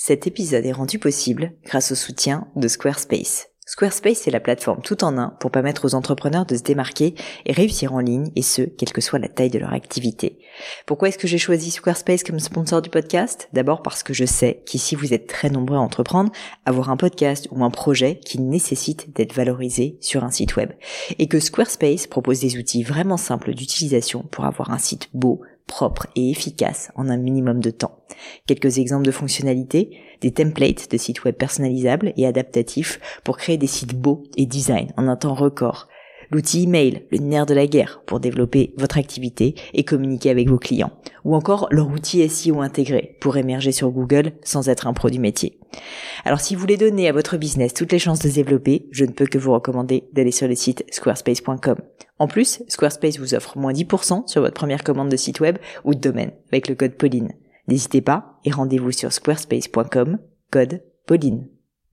Cet épisode est rendu possible grâce au soutien de Squarespace. Squarespace, c'est la plateforme tout en un pour permettre aux entrepreneurs de se démarquer et réussir en ligne, et ce, quelle que soit la taille de leur activité. Pourquoi est-ce que j'ai choisi Squarespace comme sponsor du podcast ? D'abord parce que je sais qu'ici vous êtes très nombreux à entreprendre, avoir un podcast ou un projet qui nécessite d'être valorisé sur un site web. Et que Squarespace propose des outils vraiment simples d'utilisation pour avoir un site beau, propre et efficace en un minimum de temps. Quelques exemples de fonctionnalités, des templates de sites web personnalisables et adaptatifs pour créer des sites beaux et design en un temps record. L'outil email, le nerf de la guerre pour développer votre activité et communiquer avec vos clients. Ou encore leur outil SEO intégré pour émerger sur Google sans être un pro du métier. Alors si vous voulez donner à votre business toutes les chances de se développer, je ne peux que vous recommander d'aller sur le site squarespace.com. En plus, Squarespace vous offre moins 10% sur votre première commande de site web ou de domaine avec le code Pauline. N'hésitez pas et rendez-vous sur squarespace.com, code Pauline.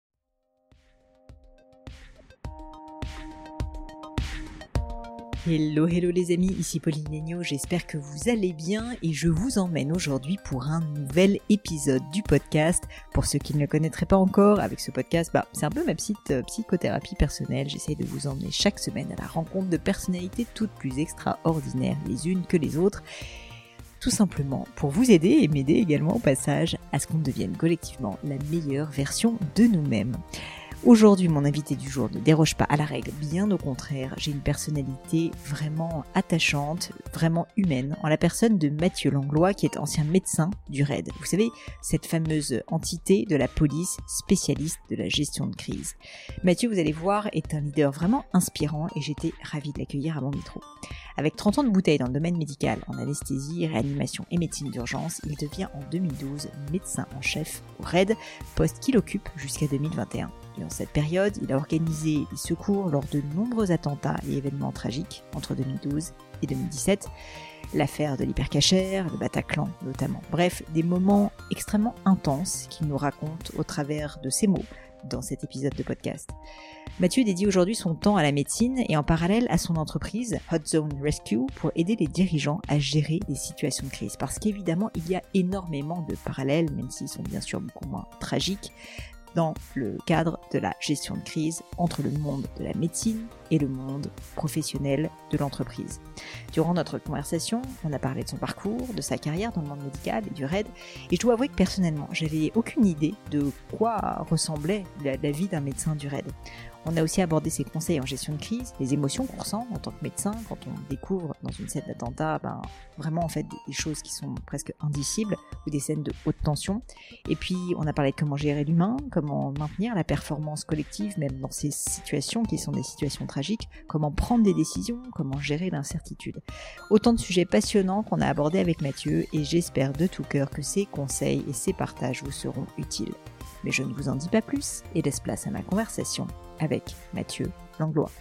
Hello les amis, ici Pauline Legnaud, j'espère que vous allez bien et je vous emmène aujourd'hui pour un nouvel épisode du podcast. Pour ceux qui ne le connaîtraient pas encore, avec ce podcast, c'est un peu ma petite psychothérapie personnelle. J'essaie de vous emmener chaque semaine à la rencontre de personnalités toutes plus extraordinaires les unes que les autres. Tout simplement pour vous aider et m'aider également au passage à ce qu'on devienne collectivement la meilleure version de nous-mêmes. Aujourd'hui, mon invité du jour ne déroge pas à la règle, bien au contraire. J'ai une personnalité vraiment attachante, vraiment humaine, en la personne de Mathieu Langlois, qui est ancien médecin du RAID. Vous savez, cette fameuse entité de la police spécialiste de la gestion de crise. Mathieu, vous allez voir, est un leader vraiment inspirant et j'étais ravie de l'accueillir à mon micro. Avec 30 ans de bouteille dans le domaine médical, en anesthésie, réanimation et médecine d'urgence, il devient en 2012 médecin en chef au RAID, poste qu'il occupe jusqu'à 2021. Durant cette période, il a organisé des secours lors de nombreux attentats et événements tragiques entre 2012 et 2017, l'affaire de l'Hypercacher, le Bataclan notamment. Bref, des moments extrêmement intenses qu'il nous raconte au travers de ses mots dans cet épisode de podcast. Mathieu dédie aujourd'hui son temps à la médecine et en parallèle à son entreprise Hot Zone Rescue pour aider les dirigeants à gérer des situations de crise. Parce qu'évidemment, il y a énormément de parallèles, même s'ils sont bien sûr beaucoup moins tragiques, dans le cadre de la gestion de crise entre le monde de la médecine et le monde professionnel de l'entreprise. Durant notre conversation, on a parlé de son parcours, de sa carrière dans le monde médical et du RAID, et je dois avouer que personnellement, j'avais aucune idée de quoi ressemblait la vie d'un médecin du RAID. On a aussi abordé ses conseils en gestion de crise, les émotions qu'on ressent en tant que médecin quand on découvre dans une scène d'attentat vraiment en fait des choses qui sont presque indicibles ou des scènes de haute tension. Et puis on a parlé de comment gérer l'humain, comment maintenir la performance collective même dans ces situations qui sont des situations tragiques, comment prendre des décisions, comment gérer l'incertitude. Autant de sujets passionnants qu'on a abordés avec Mathieu et j'espère de tout cœur que ces conseils et ces partages vous seront utiles. Mais je ne vous en dis pas plus et laisse place à ma conversation avec Mathieu Langlois.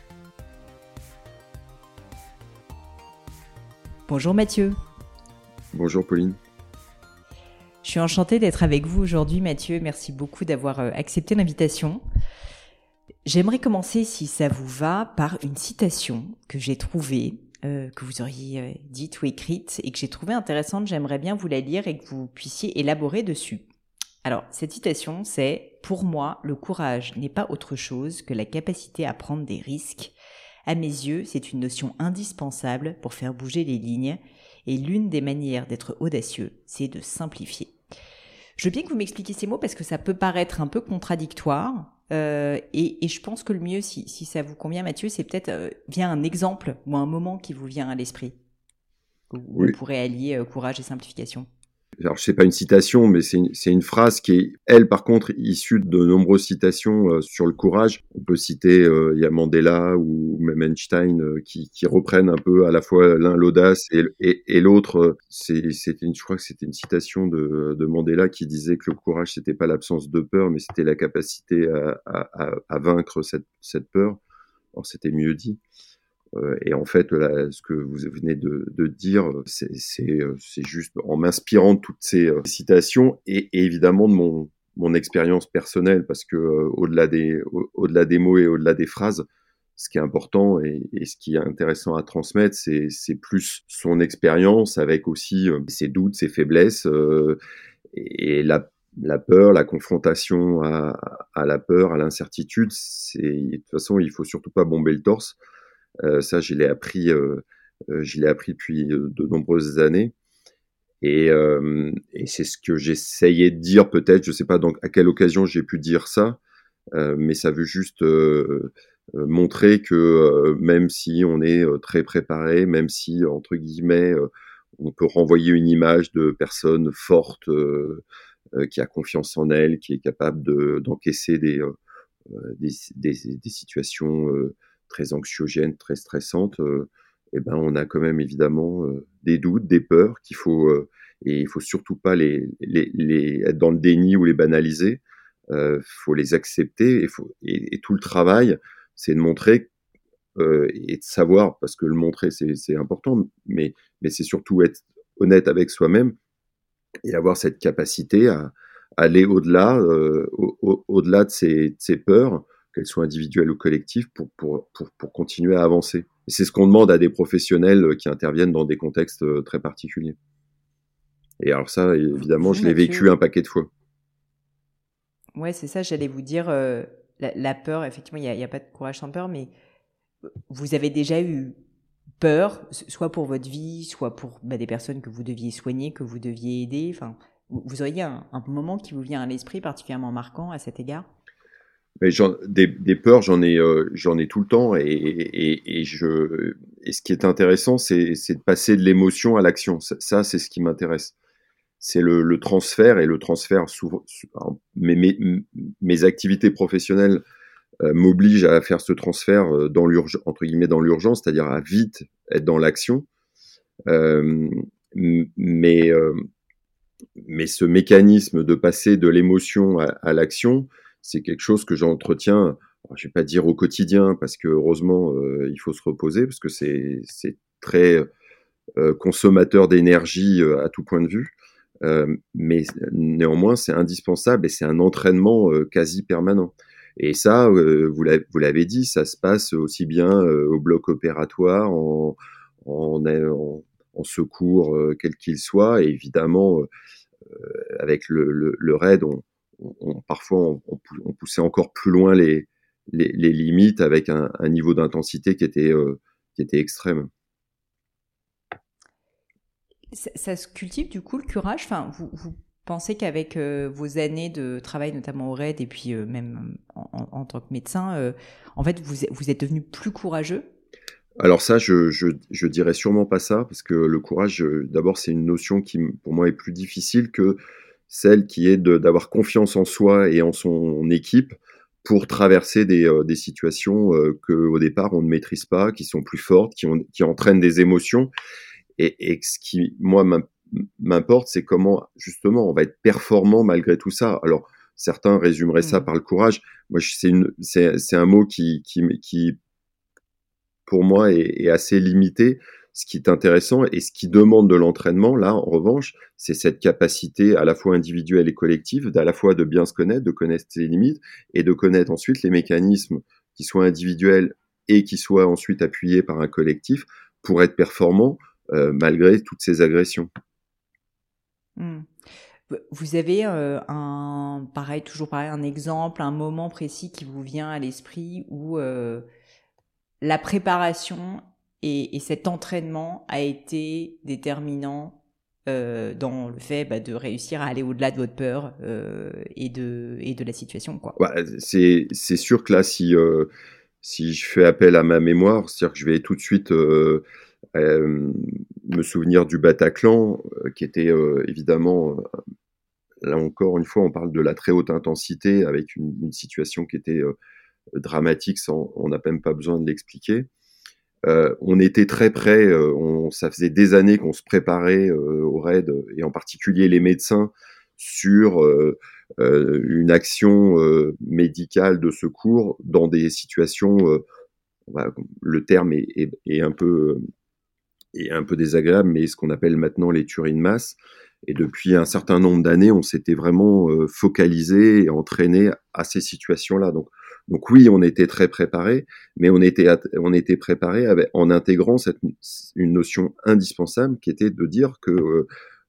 Bonjour Mathieu. Bonjour Pauline. Je suis enchantée d'être avec vous aujourd'hui Mathieu. Merci beaucoup d'avoir accepté l'invitation. J'aimerais commencer, si ça vous va, par une citation que j'ai trouvée, que vous auriez dite ou écrite et que j'ai trouvée intéressante. J'aimerais bien vous la lire et que vous puissiez élaborer dessus. Alors, cette citation, c'est « Pour moi, le courage n'est pas autre chose que la capacité à prendre des risques. À mes yeux, c'est une notion indispensable pour faire bouger les lignes et l'une des manières d'être audacieux, c'est de simplifier. » Je veux bien que vous m'expliquiez ces mots parce que ça peut paraître un peu contradictoire et je pense que le mieux, si ça vous convient Mathieu, c'est peut-être via un exemple ou un moment qui vous vient à l'esprit où Oui. on pourrait allier courage et simplification. Alors, je sais pas une citation, mais c'est une phrase qui est, elle, par contre, issue de nombreuses citations sur le courage. On peut citer, il y a Mandela ou même Einstein qui reprennent un peu à la fois l'un l'audace et l'autre. Je crois que c'était une citation de Mandela qui disait que le courage, c'était pas l'absence de peur, mais c'était la capacité à vaincre cette peur. Alors, c'était mieux dit. Et en fait, là, ce que vous venez de dire, c'est juste en m'inspirant de toutes ces citations et évidemment de mon expérience personnelle, parce que au-delà des mots et au-delà des phrases, ce qui est important et ce qui est intéressant à transmettre, c'est plus son expérience avec aussi ses doutes, ses faiblesses et la peur, la confrontation à la peur, à l'incertitude, de toute façon, il faut surtout pas bomber le torse. Ça, je l'ai appris depuis de nombreuses années. Et c'est ce que j'essayais de dire peut-être, je sais pas à quelle occasion j'ai pu dire ça, mais ça veut juste montrer que même si on est très préparé, même si entre guillemets on peut renvoyer une image de personne forte qui a confiance en elle, qui est capable d'encaisser des situations très anxiogènes, très stressantes, et ben on a quand même évidemment des doutes, des peurs et il faut surtout pas être dans le déni ou les banaliser. Faut les accepter et tout le travail, c'est de montrer et de savoir, parce que le montrer c'est important, mais c'est surtout être honnête avec soi-même et avoir cette capacité à aller au-delà, au-delà de ces peurs, qu'elles soient individuelles ou collectives, pour continuer à avancer. Et c'est ce qu'on demande à des professionnels qui interviennent dans des contextes très particuliers. Et alors ça, évidemment, Vous, je l'ai vécu Mathieu, un paquet de fois. ouais, c'est ça, j'allais vous dire, la peur, effectivement, il y a pas de courage sans peur, mais vous avez déjà eu peur, soit pour votre vie, soit pour des personnes que vous deviez soigner, que vous deviez aider. Enfin, vous auriez un moment qui vous vient à l'esprit particulièrement marquant à cet égard? Mais des peurs, j'en ai tout le temps. Et ce qui est intéressant, c'est de passer de l'émotion à l'action. Ça, c'est ce qui m'intéresse. C'est le transfert, et le transfert souvent, alors, mes activités professionnelles m'obligent à faire ce transfert dans l'urgence, entre guillemets dans l'urgence, c'est-à-dire à vite être dans l'action. Euh, mais mais ce mécanisme de passer de l'émotion à l'action, c'est quelque chose que j'entretiens. Alors, je vais pas dire au quotidien, parce que heureusement il faut se reposer, parce que c'est très consommateur d'énergie à tout point de vue. Mais néanmoins, c'est indispensable et c'est un entraînement quasi permanent. Et ça, vous l'avez dit, ça se passe aussi bien au bloc opératoire, en secours, quel qu'il soit. Et évidemment, avec le RAID, parfois on poussait encore plus loin les limites avec un niveau d'intensité qui était extrême. Ça se cultive du coup le courage. Enfin, vous pensez qu'avec vos années de travail, notamment au RAID, et puis même en tant que médecin, en fait, vous êtes devenu plus courageux? Alors ça, je dirais sûrement pas ça, parce que le courage, d'abord, c'est une notion qui, pour moi, est plus difficile que celle qui est d'avoir confiance en soi et en son équipe pour traverser des situations que au départ on ne maîtrise pas, qui sont plus fortes, qui entraînent des émotions. Et ce qui, moi, m'importe, c'est comment, justement, on va être performant malgré tout ça. Alors, certains résumeraient ça Hmm. par le courage. Moi, c'est un mot qui pour moi, est assez limité. Ce qui est intéressant et ce qui demande de l'entraînement, là, en revanche, c'est cette capacité à la fois individuelle et collective, d'à la fois de bien se connaître, de connaître ses limites et de connaître ensuite les mécanismes qui soient individuels et qui soient ensuite appuyés par un collectif pour être performant malgré toutes ces agressions. Hmm. Vous avez toujours pareil, un exemple, un moment précis qui vous vient à l'esprit où la préparation et cet entraînement a été déterminant dans le fait de réussir à aller au-delà de votre peur et de la situation, quoi. Bah, c'est sûr que là, si je fais appel à ma mémoire, c'est-à-dire que je vais tout de suite me souvenir du Bataclan, qui était évidemment, là encore une fois, on parle de la très haute intensité avec une situation qui était dramatique, on n'a même pas besoin de l'expliquer. On était très près, ça faisait des années qu'on se préparait au raid, et en particulier les médecins, sur une action médicale de secours dans des situations, le terme est un peu désagréable, mais ce qu'on appelle maintenant les tueries de masse. Et depuis un certain nombre d'années, on s'était vraiment focalisé et entraîné à ces situations-là. Donc oui, on était très préparé, mais on était préparé en intégrant une notion indispensable qui était de dire que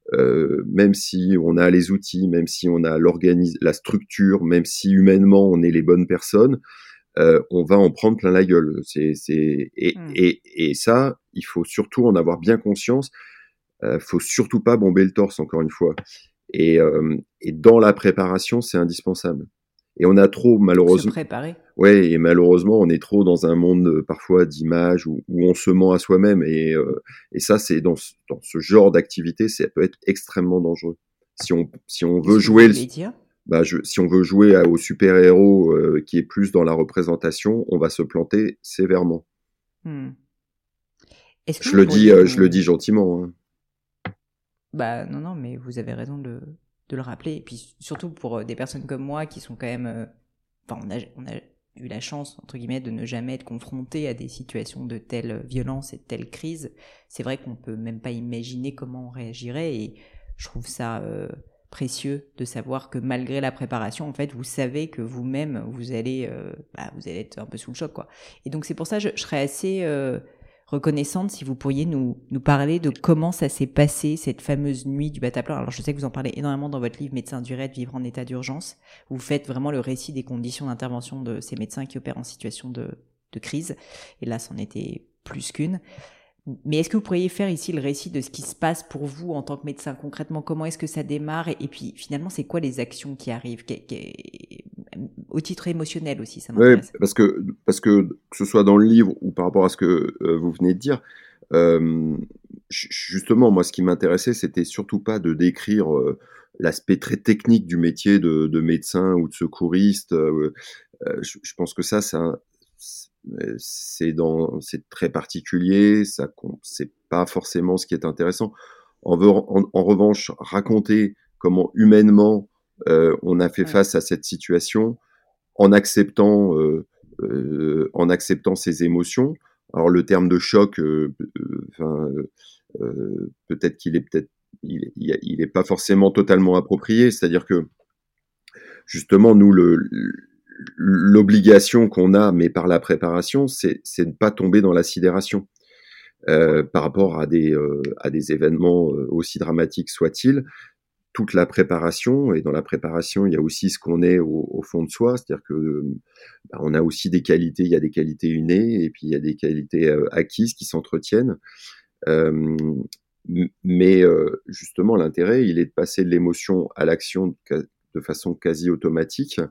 même si on a les outils, même si on a la structure, même si humainement on est les bonnes personnes, on va en prendre plein la gueule. Et ça, il faut surtout en avoir bien conscience. Faut surtout pas bomber le torse, encore une fois. Et dans la préparation, c'est indispensable. Et on a trop, Se malheureusement. préparer. Ouais, et malheureusement, on est trop dans un monde parfois d'images où on se ment à soi-même. Et ça, c'est dans ce genre d'activité, ça peut être extrêmement dangereux. Si on veut Qu'est-ce que vous jouer, voulez dire? si on veut jouer au super-héros qui est plus dans la représentation, on va se planter sévèrement. Hmm. Est-ce que Je vous le dis, pourriez je le nous... dis gentiment, hein. Bah non, non, mais vous avez raison de le rappeler. Et puis surtout pour des personnes comme moi qui sont quand même... Enfin, on a eu la chance, entre guillemets, de ne jamais être confronté à des situations de telle violence et de telle crise. C'est vrai qu'on peut même pas imaginer comment on réagirait. Et je trouve ça précieux de savoir que malgré la préparation, en fait, vous savez que vous-même, vous allez être un peu sous le choc, quoi. Et donc c'est pour ça que je serais assez... reconnaissante si vous pourriez nous parler de comment ça s'est passé, cette fameuse nuit du Bataclan. Alors je sais que vous en parlez énormément dans votre livre Médecins du raid, vivre en état d'urgence. Vous faites vraiment le récit des conditions d'intervention de ces médecins qui opèrent en situation de crise. Et là, c'en était plus qu'une. Mais est-ce que vous pourriez faire ici le récit de ce qui se passe pour vous en tant que médecin concrètement? Comment est-ce que ça démarre? Et puis finalement, c'est quoi les actions qui arrivent? Au titre émotionnel aussi, ça Ouais, m'intéresse. parce que ce soit dans le livre ou par rapport à ce que vous venez de dire, euh, justement, moi, ce qui m'intéressait, c'était surtout pas de décrire l'aspect très technique du métier de médecin ou de secouriste. Je pense que c'est très particulier, c'est pas forcément ce qui est intéressant. En revanche, raconter comment humainement on a fait Oui. face à cette situation en acceptant, en acceptant ses émotions. Alors le terme de choc, peut-être qu'il est peut-être il est pas forcément totalement approprié. C'est-à-dire que justement nous l'obligation qu'on a, mais par la préparation, c'est de ne pas tomber dans la sidération par rapport à des événements aussi dramatiques soient-ils. Toute la préparation, et dans la préparation, il y a aussi ce qu'on est au fond de soi, c'est-à-dire que on a aussi des qualités, il y a des qualités innées, et puis il y a des qualités acquises qui s'entretiennent. Euh, mais justement, l'intérêt, il est de passer de l'émotion à l'action de façon quasi automatique,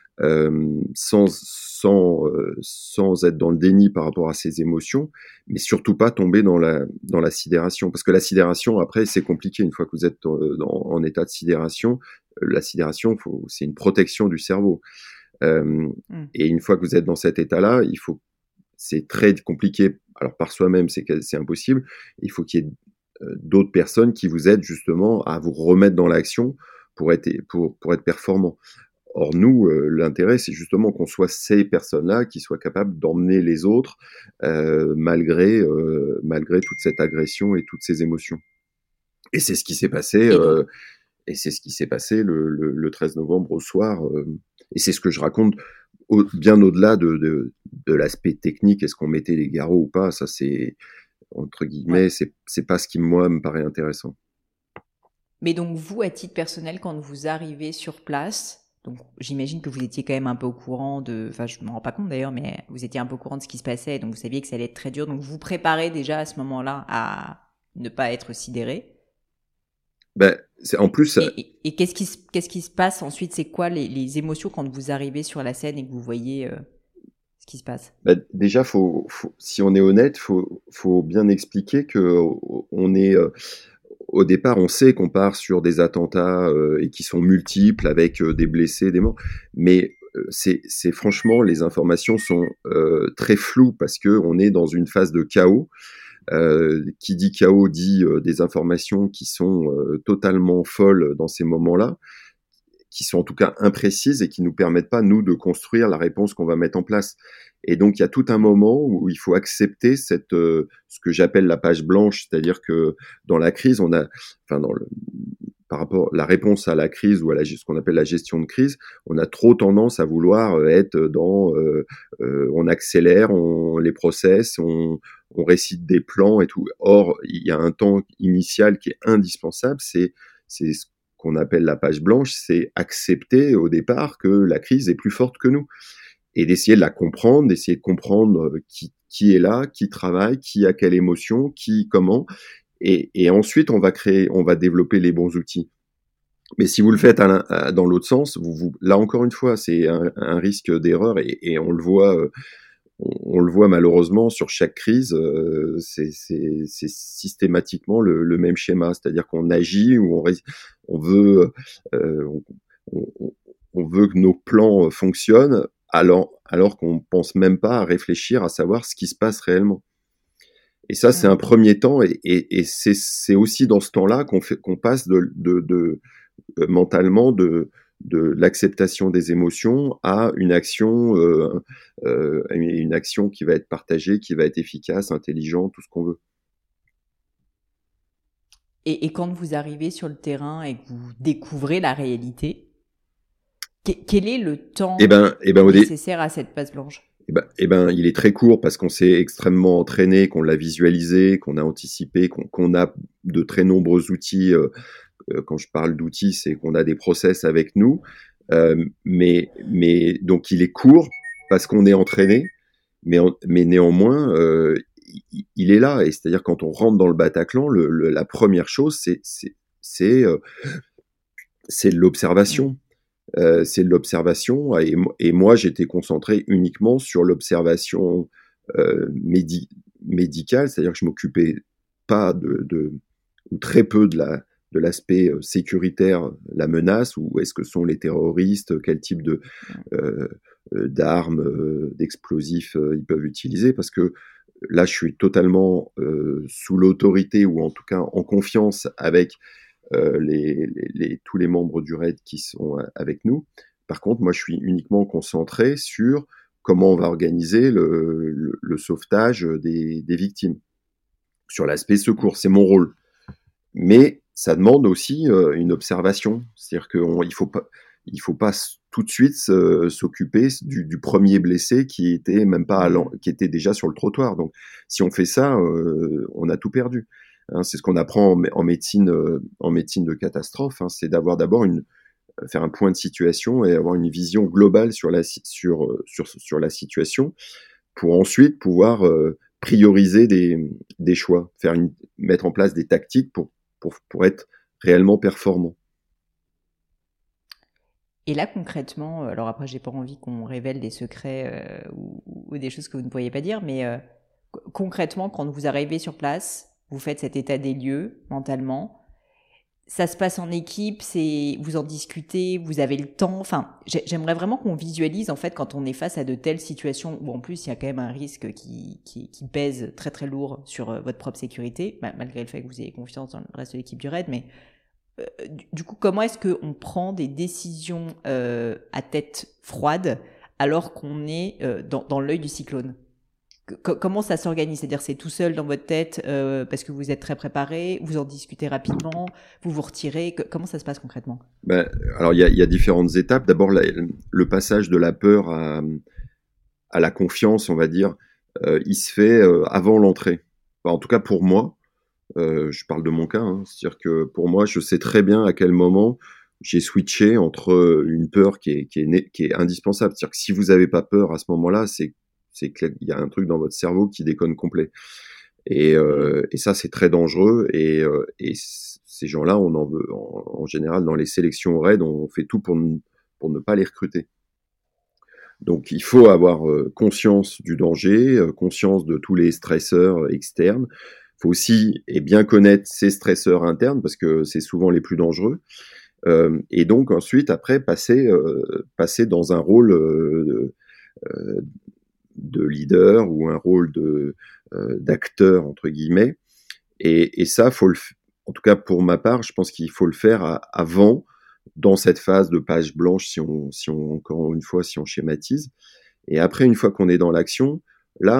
sans être dans le déni par rapport à ses émotions, mais surtout pas tomber dans la sidération. Parce que la sidération, après, c'est compliqué. Une fois que vous êtes en état de sidération, la sidération, c'est une protection du cerveau. Euh, Mm. et une fois que vous êtes dans cet état-là, c'est très compliqué. Alors par soi-même, c'est impossible. Il faut qu'il y ait d'autres personnes qui vous aident justement à vous remettre dans l'action pour être performant. Or, nous, l'intérêt, c'est justement qu'on soit ces personnes-là qui soient capables d'emmener les autres malgré toute cette agression et toutes ces émotions. Et c'est ce qui s'est passé. Et donc, Et c'est ce qui s'est passé le 13 novembre au soir. Et c'est ce que je raconte bien au-delà de l'aspect technique. Est-ce qu'on mettait les garrots ou pas? Ça, c'est entre ouais. guillemets, c'est pas ce qui moi me paraît intéressant. Mais donc vous, à titre personnel, quand vous arrivez sur place, donc j'imagine que vous étiez quand même un peu au courant enfin je me rends pas compte d'ailleurs, mais vous étiez un peu au courant de ce qui se passait, donc vous saviez que ça allait être très dur, donc vous vous préparez déjà à ce moment-là à ne pas être sidéré. Ben, en plus, Et qu'est-ce qui se passe ensuite? C'est quoi les émotions quand vous arrivez sur la scène et que vous voyez ce qui se passe? bah, déjà, si on est honnête, faut bien expliquer que on est au départ, on sait qu'on part sur des attentats et qui sont multiples avec des blessés, des morts, mais c'est franchement les informations sont très floues parce que on est dans une phase de chaos. Qui dit chaos dit des informations qui sont totalement folles dans ces moments-là, qui sont en tout cas imprécises et qui nous permettent pas, nous, de construire la réponse qu'on va mettre en place. Et donc, il y a tout un Mm. moment où il faut accepter ce que j'appelle la page blanche, c'est-à-dire que dans la crise, enfin, par rapport à la réponse à la crise ou à ce qu'on appelle la gestion de crise, on a trop tendance à vouloir être dans on accélère les process, on récite des plans et tout. Or, il y a un temps initial qui est indispensable, c'est ce qu'on appelle la page blanche, c'est accepter au départ que la crise est plus forte que nous et d'essayer de la comprendre, d'essayer de comprendre qui est là, qui travaille, qui a quelle émotion, qui comment, et ensuite on va développer les bons outils. Mais si vous le faites dans l'autre sens, là encore une fois, c'est un risque d'erreur et on le voit. On le voit malheureusement sur chaque crise, c'est systématiquement le même schéma, c'est-à-dire qu'on agit ou on veut on, on veut que nos plans fonctionnent alors qu'on pense même pas à réfléchir à savoir ce qui se passe réellement. Et ça, c'est un premier temps, et c'est aussi dans ce temps-là qu'on passe mentalement de l'acceptation des émotions à une action qui va être partagée, qui va être efficace, intelligente, tout ce qu'on veut. Et quand vous arrivez sur le terrain et que vous découvrez la réalité, quel est le temps nécessaire à cette page blanche? Il est très court parce qu'on s'est extrêmement entraîné, qu'on l'a visualisé, qu'on a anticipé, qu'on a de très nombreux outils. Quand je parle d'outils, c'est qu'on a des process avec nous. Mais donc il est court parce qu'on est entraîné, mais néanmoins il est là. Et c'est-à-dire quand on rentre dans le Bataclan, la première chose c'est de l'observation. C'est de l'observation, et moi j'étais concentré uniquement sur l'observation médicale, c'est-à-dire que je m'occupais pas ou très peu de l'aspect sécuritaire, la menace, ou est-ce que sont les terroristes, quel type d'armes, d'explosifs ils peuvent utiliser, parce que là je suis totalement sous l'autorité, ou en tout cas en confiance avec tous les membres du RAID qui sont avec nous. Par contre, moi, je suis uniquement concentré sur comment on va organiser le sauvetage des victimes. Sur l'aspect secours, c'est mon rôle. Mais ça demande aussi une observation. C'est-à-dire qu'il faut pas tout de suite s'occuper du premier blessé qui était même pas qui était déjà sur le trottoir. Donc, si on fait ça, on a tout perdu. Hein, c'est ce qu'on apprend en médecine de catastrophe. Hein, c'est d'abord faire un point de situation et avoir une vision globale sur la situation, pour ensuite pouvoir prioriser des choix, mettre en place des tactiques pour être réellement performant. Et là, concrètement, alors après, j'ai pas envie qu'on révèle des secrets ou des choses que vous ne pourriez pas dire, mais concrètement, quand vous arrivez sur place, vous faites cet état des lieux mentalement. Ça se passe en équipe, vous en discutez, vous avez le temps. Enfin, j'aimerais vraiment qu'on visualise en fait quand on est face à de telles situations où en plus il y a quand même un risque qui pèse très très lourd sur votre propre sécurité, malgré le fait que vous ayez confiance dans le reste de l'équipe du RAID. Mais du coup, comment est-ce qu'on prend des décisions à tête froide alors qu'on est dans l'œil du cyclone ? Comment ça s'organise? C'est-à-dire, c'est tout seul dans votre tête parce que vous êtes très préparé, vous en discutez rapidement, vous vous retirez. Comment ça se passe concrètement? Alors, il y a différentes étapes. D'abord, le passage de la peur à la confiance, on va dire, il se fait avant l'entrée. Enfin, en tout cas, pour moi, je parle de mon cas, hein, c'est-à-dire que pour moi, je sais très bien à quel moment j'ai switché entre une peur qui est indispensable. C'est-à-dire que si vous n'avez pas peur à ce moment-là, c'est qu'il y a un truc dans votre cerveau qui déconne complet. Et ça, c'est très dangereux. Et ces gens-là, on en veut en général dans les sélections au RAID, on fait tout pour ne pas les recruter. Donc, il faut avoir conscience du danger, conscience de tous les stresseurs externes. Il faut aussi bien connaître ces stresseurs internes parce que c'est souvent les plus dangereux. Et donc ensuite, après, passer dans un rôle de leader ou un rôle d'acteur entre guillemets, et ça en tout cas pour ma part, je pense qu'il faut le faire avant, dans cette phase de page blanche, si on encore une fois, si on schématise. Et après, une fois qu'on est dans l'action, là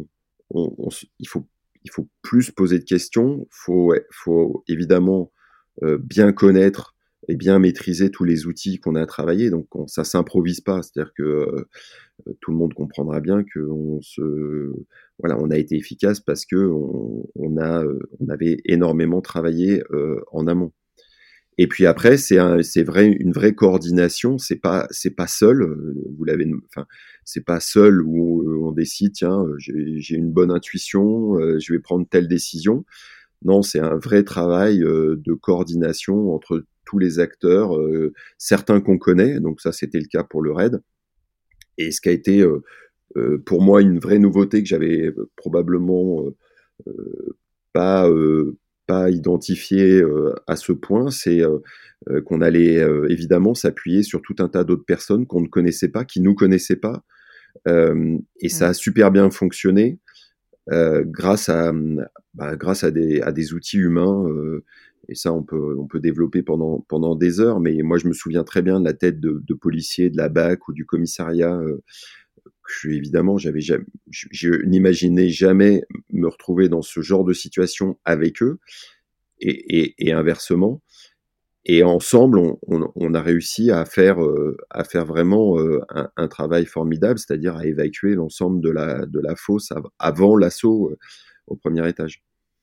il faut plus poser de questions, faut évidemment bien connaître et bien maîtriser tous les outils qu'on a travaillés. Donc ça s'improvise pas, c'est-à-dire que tout le monde comprendra bien que on a été efficace parce que on avait énormément travaillé en amont. Et puis après, c'est vrai, une vraie coordination. C'est pas seul. Enfin, c'est pas seul où on décide, tiens, j'ai une bonne intuition, je vais prendre telle décision. Non, c'est un vrai travail de coordination entre tous les acteurs, certains qu'on connaît. Donc ça, c'était le cas pour le RAID. Et ce qui a été pour moi une vraie nouveauté que j'avais probablement pas pas identifié à ce point, c'est qu'on allait évidemment s'appuyer sur tout un tas d'autres personnes qu'on ne connaissait pas, qui nous connaissaient pas, et ça a super bien fonctionné grâce grâce à des outils humains. Et ça, on peut développer pendant des heures. Mais moi, je me souviens très bien de la tête de policiers de la BAC ou du commissariat. Évidemment, je n'imaginais jamais me retrouver dans ce genre de situation avec eux et inversement. Et ensemble, on a réussi à faire vraiment un travail formidable, c'est-à-dire à évacuer l'ensemble de la fosse avant l'assaut au premier étage.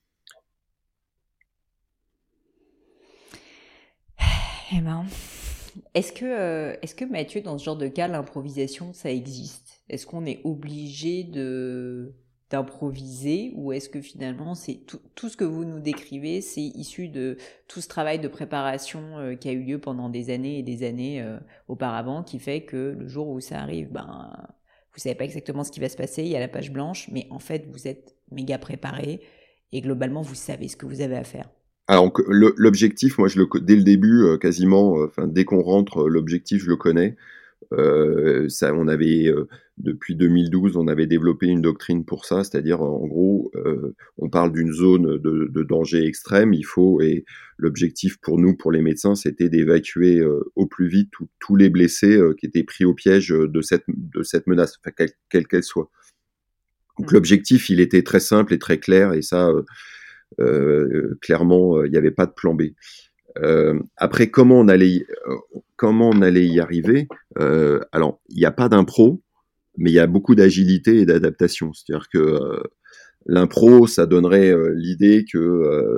Eh ben, est-ce que Mathieu, dans ce genre de cas, l'improvisation, ça existe? Est-ce qu'on est obligé d'improviser ou est-ce que finalement c'est tout ce que vous nous décrivez, c'est issu de tout ce travail de préparation qui a eu lieu pendant des années et des années auparavant, qui fait que le jour où ça arrive, ben vous savez pas exactement ce qui va se passer, il y a la page blanche, mais en fait vous êtes méga préparé et globalement vous savez ce que vous avez à faire. Alors l'objectif, moi, dès le début, quasiment, enfin dès qu'on rentre, l'objectif, je le connais. Ça, depuis 2012, on avait développé une doctrine pour ça, c'est-à-dire en gros, on parle d'une zone de danger extrême. Et l'objectif pour nous, pour les médecins, c'était d'évacuer au plus vite tous les blessés qui étaient pris au piège de cette menace, enfin, quelle qu'elle soit. Donc l'objectif, il était très simple et très clair, et ça, clairement, il n'y avait pas de plan B. Après, comment on allait y arriver? Alors, il n'y a pas d'impro, mais il y a beaucoup d'agilité et d'adaptation. C'est-à-dire que l'impro, ça donnerait l'idée que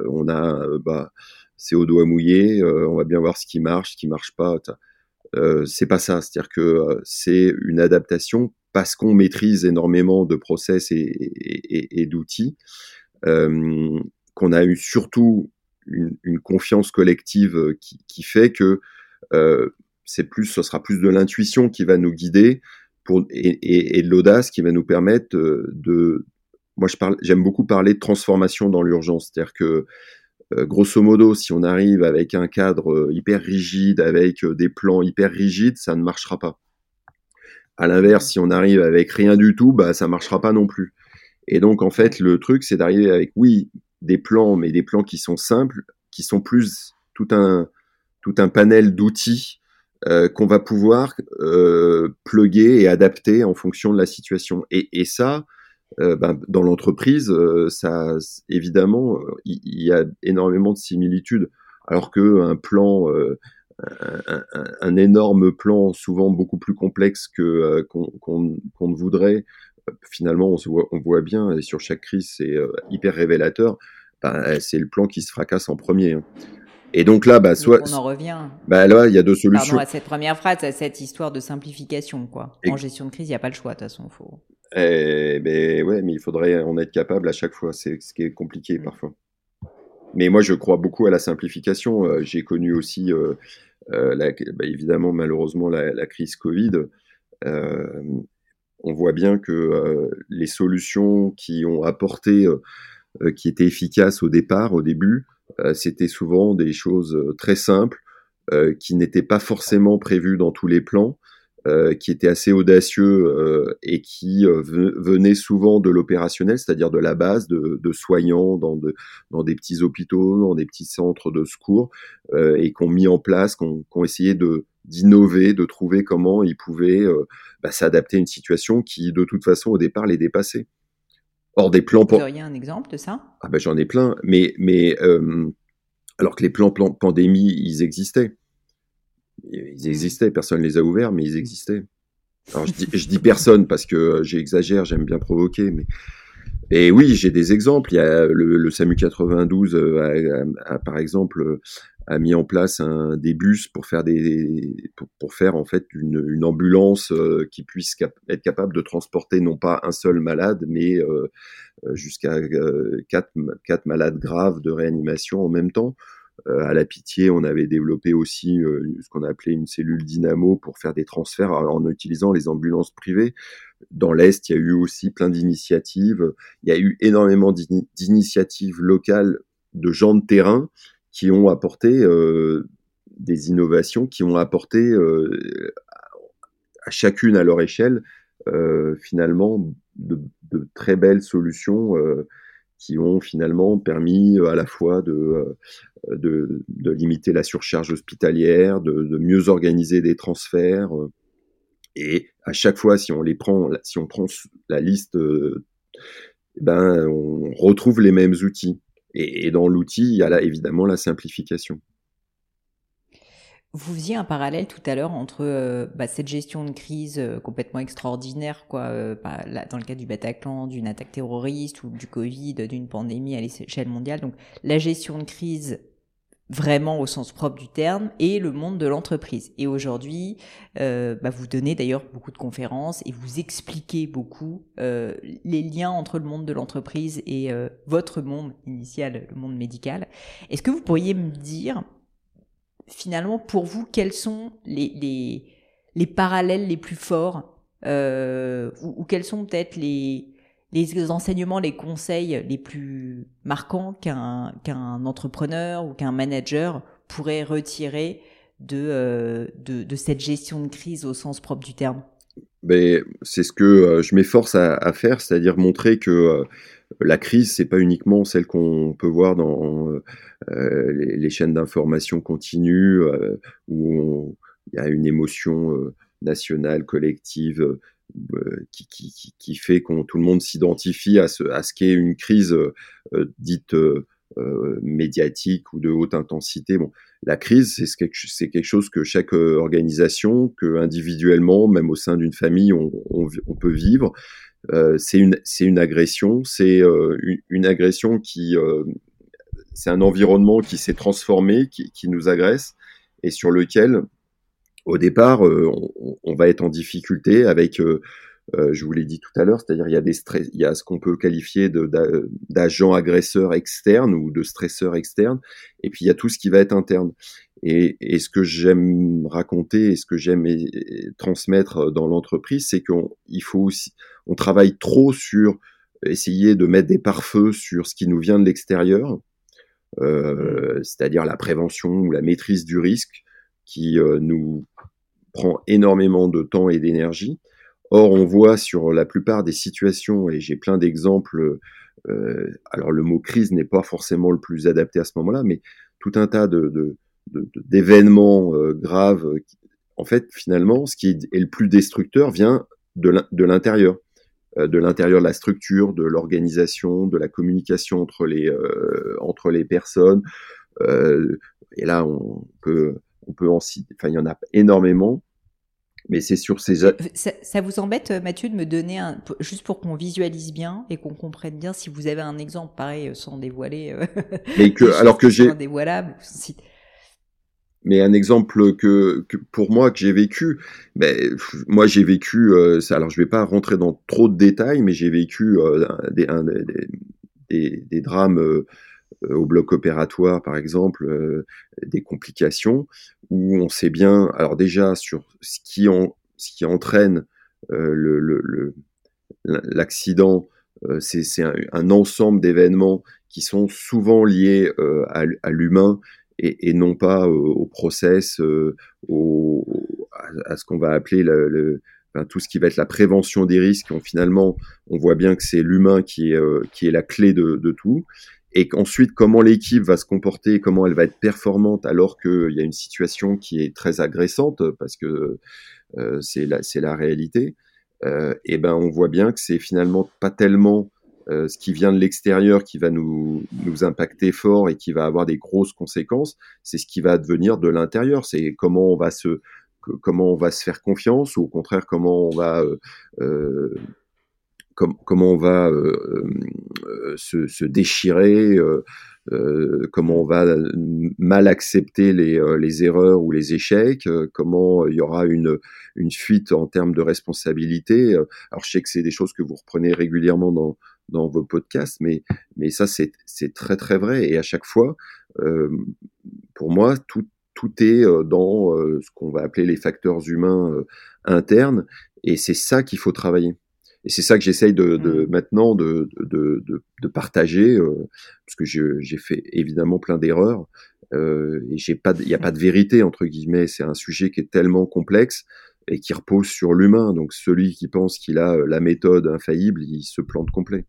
c'est au doigt mouillé, on va bien voir ce qui marche pas. C'est pas ça. C'est-à-dire que c'est une adaptation parce qu'on maîtrise énormément de process et d'outils, euh, qu'on a eu surtout une confiance collective qui fait que euh, ce sera plus de l'intuition qui va nous guider et de l'audace qui va nous permettre moi j'aime beaucoup parler de transformation dans l'urgence, c'est-à-dire que grosso modo, si on arrive avec un cadre hyper rigide, avec des plans hyper rigides, ça ne marchera pas. À l'inverse, si on arrive avec rien du tout, bah ça marchera pas non plus. Et donc, en fait, le truc, c'est d'arriver avec, oui, des plans, mais des plans qui sont simples, qui sont plus tout un panel d'outils qu'on va pouvoir plugger et adapter en fonction de la situation. Et ça, dans l'entreprise, évidemment, il y a énormément de similitudes. Alors qu'un plan, un énorme plan, souvent beaucoup plus complexe qu'on ne voudrait, finalement, on voit bien, et sur chaque crise, c'est hyper révélateur, c'est le plan qui se fracasse en premier. Hein. Et donc là, Donc on en revient, là, il y a deux pardon, solutions. à cette première phrase, à cette histoire de simplification, quoi. En Et, gestion de crise, il n'y a pas le choix, de toute façon. Faut... ouais, mais il faudrait en être capable à chaque fois. C'est ce qui est compliqué Mm. parfois. Mais moi, je crois beaucoup à la simplification. J'ai connu aussi, évidemment, malheureusement, la crise Covid. Euh, on voit bien que les solutions qui ont apporté qui étaient efficaces au départ, au début, c'était souvent des choses très simples, qui n'étaient pas forcément prévues dans tous les plans, qui étaient assez audacieux et qui venaient souvent de l'opérationnel, c'est-à-dire de la base, de soignants dans des petits hôpitaux, dans des petits centres de secours, et qu'on mis en place, qu'on essayé d'innover, de trouver comment ils pouvaient s'adapter à une situation qui, de toute façon, au départ, les dépassait. Or, des plans Vous pour... auriez un exemple de ça? Ah ben j'en ai plein, Alors que les plans pandémie, ils existaient. Ils existaient, personne les a ouverts, mais ils existaient. Alors je dis personne parce que j'exagère, j'aime bien provoquer, mais et oui, j'ai des exemples. Il y a le SAMU 92 par exemple a mis en place des bus pour faire pour faire en fait une ambulance qui puisse être capable de transporter non pas un seul malade, mais jusqu'à quatre malades graves de réanimation en même temps. À la Pitié, on avait développé aussi ce qu'on appelait une cellule dynamo pour faire des transferts en utilisant les ambulances privées. Dans l'Est, il y a eu aussi plein d'initiatives. Il y a eu énormément d'initiatives locales de gens de terrain qui ont apporté des innovations, qui ont apporté à chacune à leur échelle finalement de très belles solutions qui ont finalement permis à la fois de limiter la surcharge hospitalière, de mieux organiser des transferts. Et à chaque fois, si on prend la liste, ben, on retrouve les mêmes outils. Et dans l'outil, il y a là évidemment la simplification. Vous faisiez un parallèle tout à l'heure entre cette gestion de crise complètement extraordinaire, quoi, dans le cas du Bataclan, d'une attaque terroriste ou du Covid, d'une pandémie à l'échelle mondiale. Donc la gestion de crise vraiment au sens propre du terme, et le monde de l'entreprise. Et aujourd'hui, vous donnez d'ailleurs beaucoup de conférences et vous expliquez beaucoup les liens entre le monde de l'entreprise et votre monde initial, le monde médical. Est-ce que vous pourriez me dire, finalement, pour vous, quels sont les parallèles les plus forts ou quels sont peut-être les enseignements, les conseils les plus marquants qu'un entrepreneur ou qu'un manager pourrait retirer de cette gestion de crise au sens propre du terme? Mais c'est ce que je m'efforce à faire, c'est-à-dire montrer que la crise, c'est pas uniquement celle qu'on peut voir dans les chaînes d'information continues il y a une émotion nationale, collective, qui fait que tout le monde s'identifie à ce qu'est une crise dite médiatique ou de haute intensité. Bon, la crise, c'est quelque chose que chaque organisation, que individuellement, même au sein d'une famille, on peut vivre. C'est une agression, c'est une agression c'est un environnement qui s'est transformé, qui nous agresse et sur lequel, au départ, on va être en difficulté avec, je vous l'ai dit tout à l'heure, c'est-à-dire il y a ce qu'on peut qualifier d'agents agresseurs externes ou de stresseurs externes, et puis il y a tout ce qui va être interne. Et ce que j'aime raconter et ce que j'aime transmettre dans l'entreprise, c'est on travaille trop sur essayer de mettre des pare-feux sur ce qui nous vient de l'extérieur, c'est-à-dire la prévention ou la maîtrise du risque qui nous prend énormément de temps et d'énergie. Or, on voit sur la plupart des situations, et j'ai plein d'exemples, alors le mot crise n'est pas forcément le plus adapté à ce moment-là, mais tout un tas d'événements graves. En fait, finalement, ce qui est le plus destructeur vient de l'intérieur de la structure, de l'organisation, de la communication entre les personnes. Et là, on peut en citer, enfin, il y en a énormément, mais c'est sur ces... Ça vous embête, Mathieu, de me donner juste pour qu'on visualise bien et qu'on comprenne bien, si vous avez un exemple pareil, sans dévoiler mais que, des choses alors que qui sont j'ai... indévoilables. Mais un exemple que pour moi que j'ai vécu, ben moi j'ai vécu alors je vais pas rentrer dans trop de détails, mais j'ai vécu des drames au bloc opératoire par exemple, des complications où on sait bien, alors déjà sur ce qui entraîne l'accident, c'est un ensemble d'événements qui sont souvent liés à l'humain et non pas au process, à ce qu'on va appeler enfin, tout ce qui va être la prévention des risques. Finalement, on voit bien que c'est l'humain qui est la clé de tout. Et qu'ensuite, comment l'équipe va se comporter, comment elle va être performante alors qu'il y a une situation qui est très agressante, parce que c'est la réalité. Et ben on voit bien que c'est finalement pas tellement ce qui vient de l'extérieur, qui va nous impacter fort et qui va avoir des grosses conséquences, c'est ce qui va devenir de l'intérieur. C'est comment on va se faire confiance, ou au contraire comment on va comment on va se déchirer, comment on va mal accepter les erreurs ou les échecs, comment il y aura une fuite en termes de responsabilité. Alors je sais que c'est des choses que vous reprenez régulièrement dans vos podcasts, mais ça c'est très très vrai, et à chaque fois, pour moi, tout est dans ce qu'on va appeler les facteurs humains internes, et c'est ça qu'il faut travailler. Et c'est ça que j'essaye maintenant de partager, parce que j'ai fait évidemment plein d'erreurs, et il y a pas de vérité entre guillemets. C'est un sujet qui est tellement complexe et qui repose sur l'humain. Donc celui qui pense qu'il a la méthode infaillible, il se plante complet.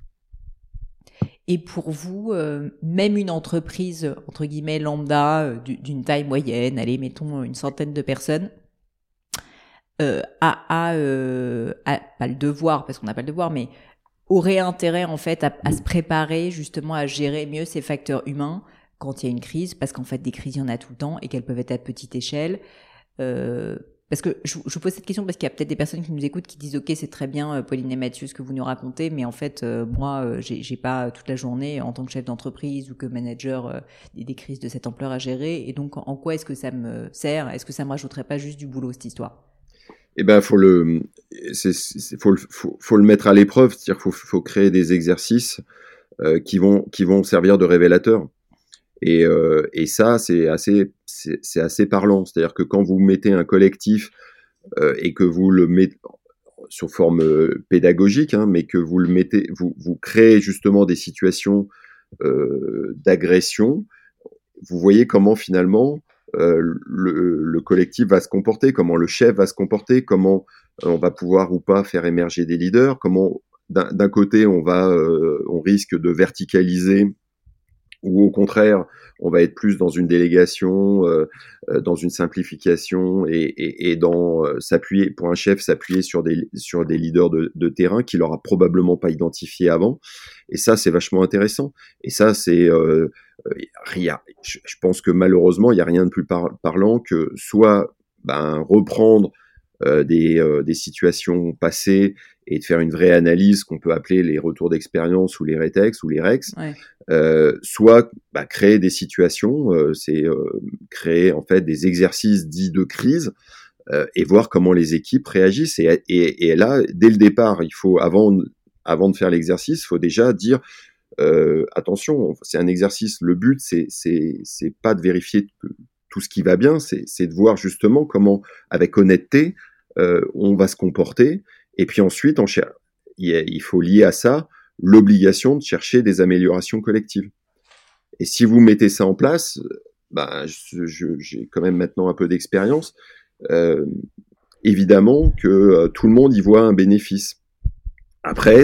Et pour vous, même une entreprise, entre guillemets, lambda, d'une taille moyenne, allez, mettons une centaine de personnes, a pas le devoir, parce qu'on n'a pas le devoir, mais aurait intérêt en fait à se préparer justement à gérer mieux ces facteurs humains quand il y a une crise, parce qu'en fait des crises il y en a tout le temps et qu'elles peuvent être à petite échelle. Parce que je vous pose cette question parce qu'il y a peut-être des personnes qui nous écoutent qui disent ok, c'est très bien Pauline et Mathieu ce que vous nous racontez, mais en fait moi j'ai pas toute la journée en tant que chef d'entreprise ou que manager des crises de cette ampleur à gérer, et donc en quoi est-ce que ça me sert? Est-ce que ça me rajouterait pas juste du boulot cette histoire? Eh ben, faut le mettre à l'épreuve, c'est-à-dire qu'il faut créer des exercices qui vont servir de révélateurs. Et ça, c'est assez parlant. C'est-à-dire que quand vous mettez un collectif et que vous le mettez sous forme pédagogique, hein, mais que vous le mettez, vous créez justement des situations d'agression, vous voyez comment finalement le collectif va se comporter, comment le chef va se comporter, comment on va pouvoir ou pas faire émerger des leaders, comment d'un côté on risque de verticaliser, ou au contraire, on va être plus dans une délégation, dans une simplification, et dans s'appuyer, pour un chef, s'appuyer sur des leaders de terrain qu'il n'aura probablement pas identifié avant. Et ça, c'est vachement intéressant. Et ça, c'est je pense que malheureusement, il n'y a rien de plus parlant que soit reprendre des situations passées et de faire une vraie analyse qu'on peut appeler les retours d'expérience ou les rétex ou les rex, Ouais. soit créer des situations, c'est créer en fait des exercices dits de crise, et voir comment les équipes réagissent. Et là, dès le départ, il faut avant de faire l'exercice, il faut déjà dire attention, c'est un exercice. Le but, c'est pas de vérifier tout ce qui va bien, c'est de voir justement comment, avec honnêteté, on va se comporter. Et puis ensuite, il faut lier à ça l'obligation de chercher des améliorations collectives. Et si vous mettez ça en place, j'ai quand même maintenant un peu d'expérience. Évidemment que tout le monde y voit un bénéfice. Après,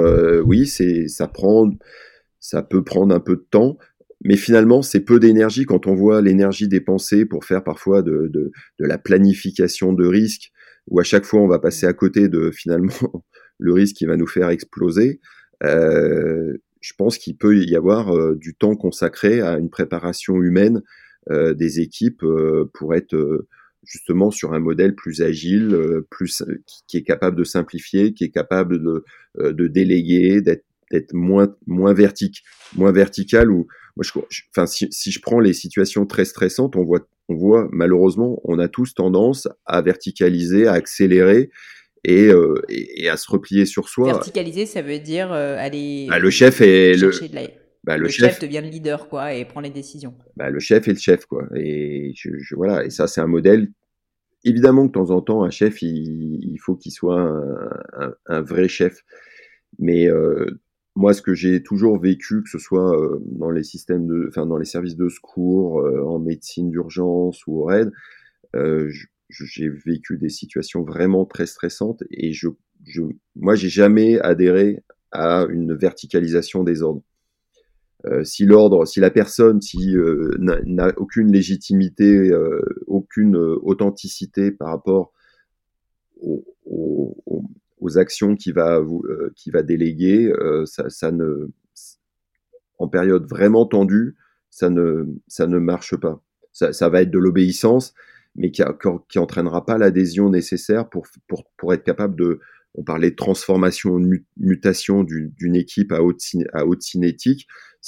ça peut prendre un peu de temps, mais finalement, c'est peu d'énergie quand on voit l'énergie dépensée pour faire parfois de la planification de risque, où à chaque fois on va passer à côté de finalement le risque qui va nous faire exploser. Je pense qu'il peut y avoir du temps consacré à une préparation humaine des équipes pour être justement sur un modèle plus agile, qui est capable de simplifier, qui est capable de déléguer, d'être moins vertical. Ou moi, si je prends les situations très stressantes, on voit malheureusement, on a tous tendance à verticaliser, à accélérer, et à se replier sur soi. Verticaliser, ça veut dire aller le chef est chercher de la... le chef devient le leader, quoi, et prend les décisions. Le chef est le chef, quoi. Et voilà. Et ça, c'est un modèle. Évidemment que de temps en temps, un chef, il faut qu'il soit un vrai chef. Mais moi, ce que j'ai toujours vécu, que ce soit dans les dans les services de secours, en médecine d'urgence ou au RAID, j'ai vécu des situations vraiment très stressantes, et moi, j'ai jamais adhéré à une verticalisation des ordres. Si la personne n'a aucune légitimité, aucune authenticité par rapport aux actions qu'il va déléguer, ça ne, en période vraiment tendue, ça ne marche pas. Ça va être de l'obéissance, mais qui entraînera pas l'adhésion nécessaire pour être capable de. On parlait de transformation, de mutation d'une équipe à haute cinétique.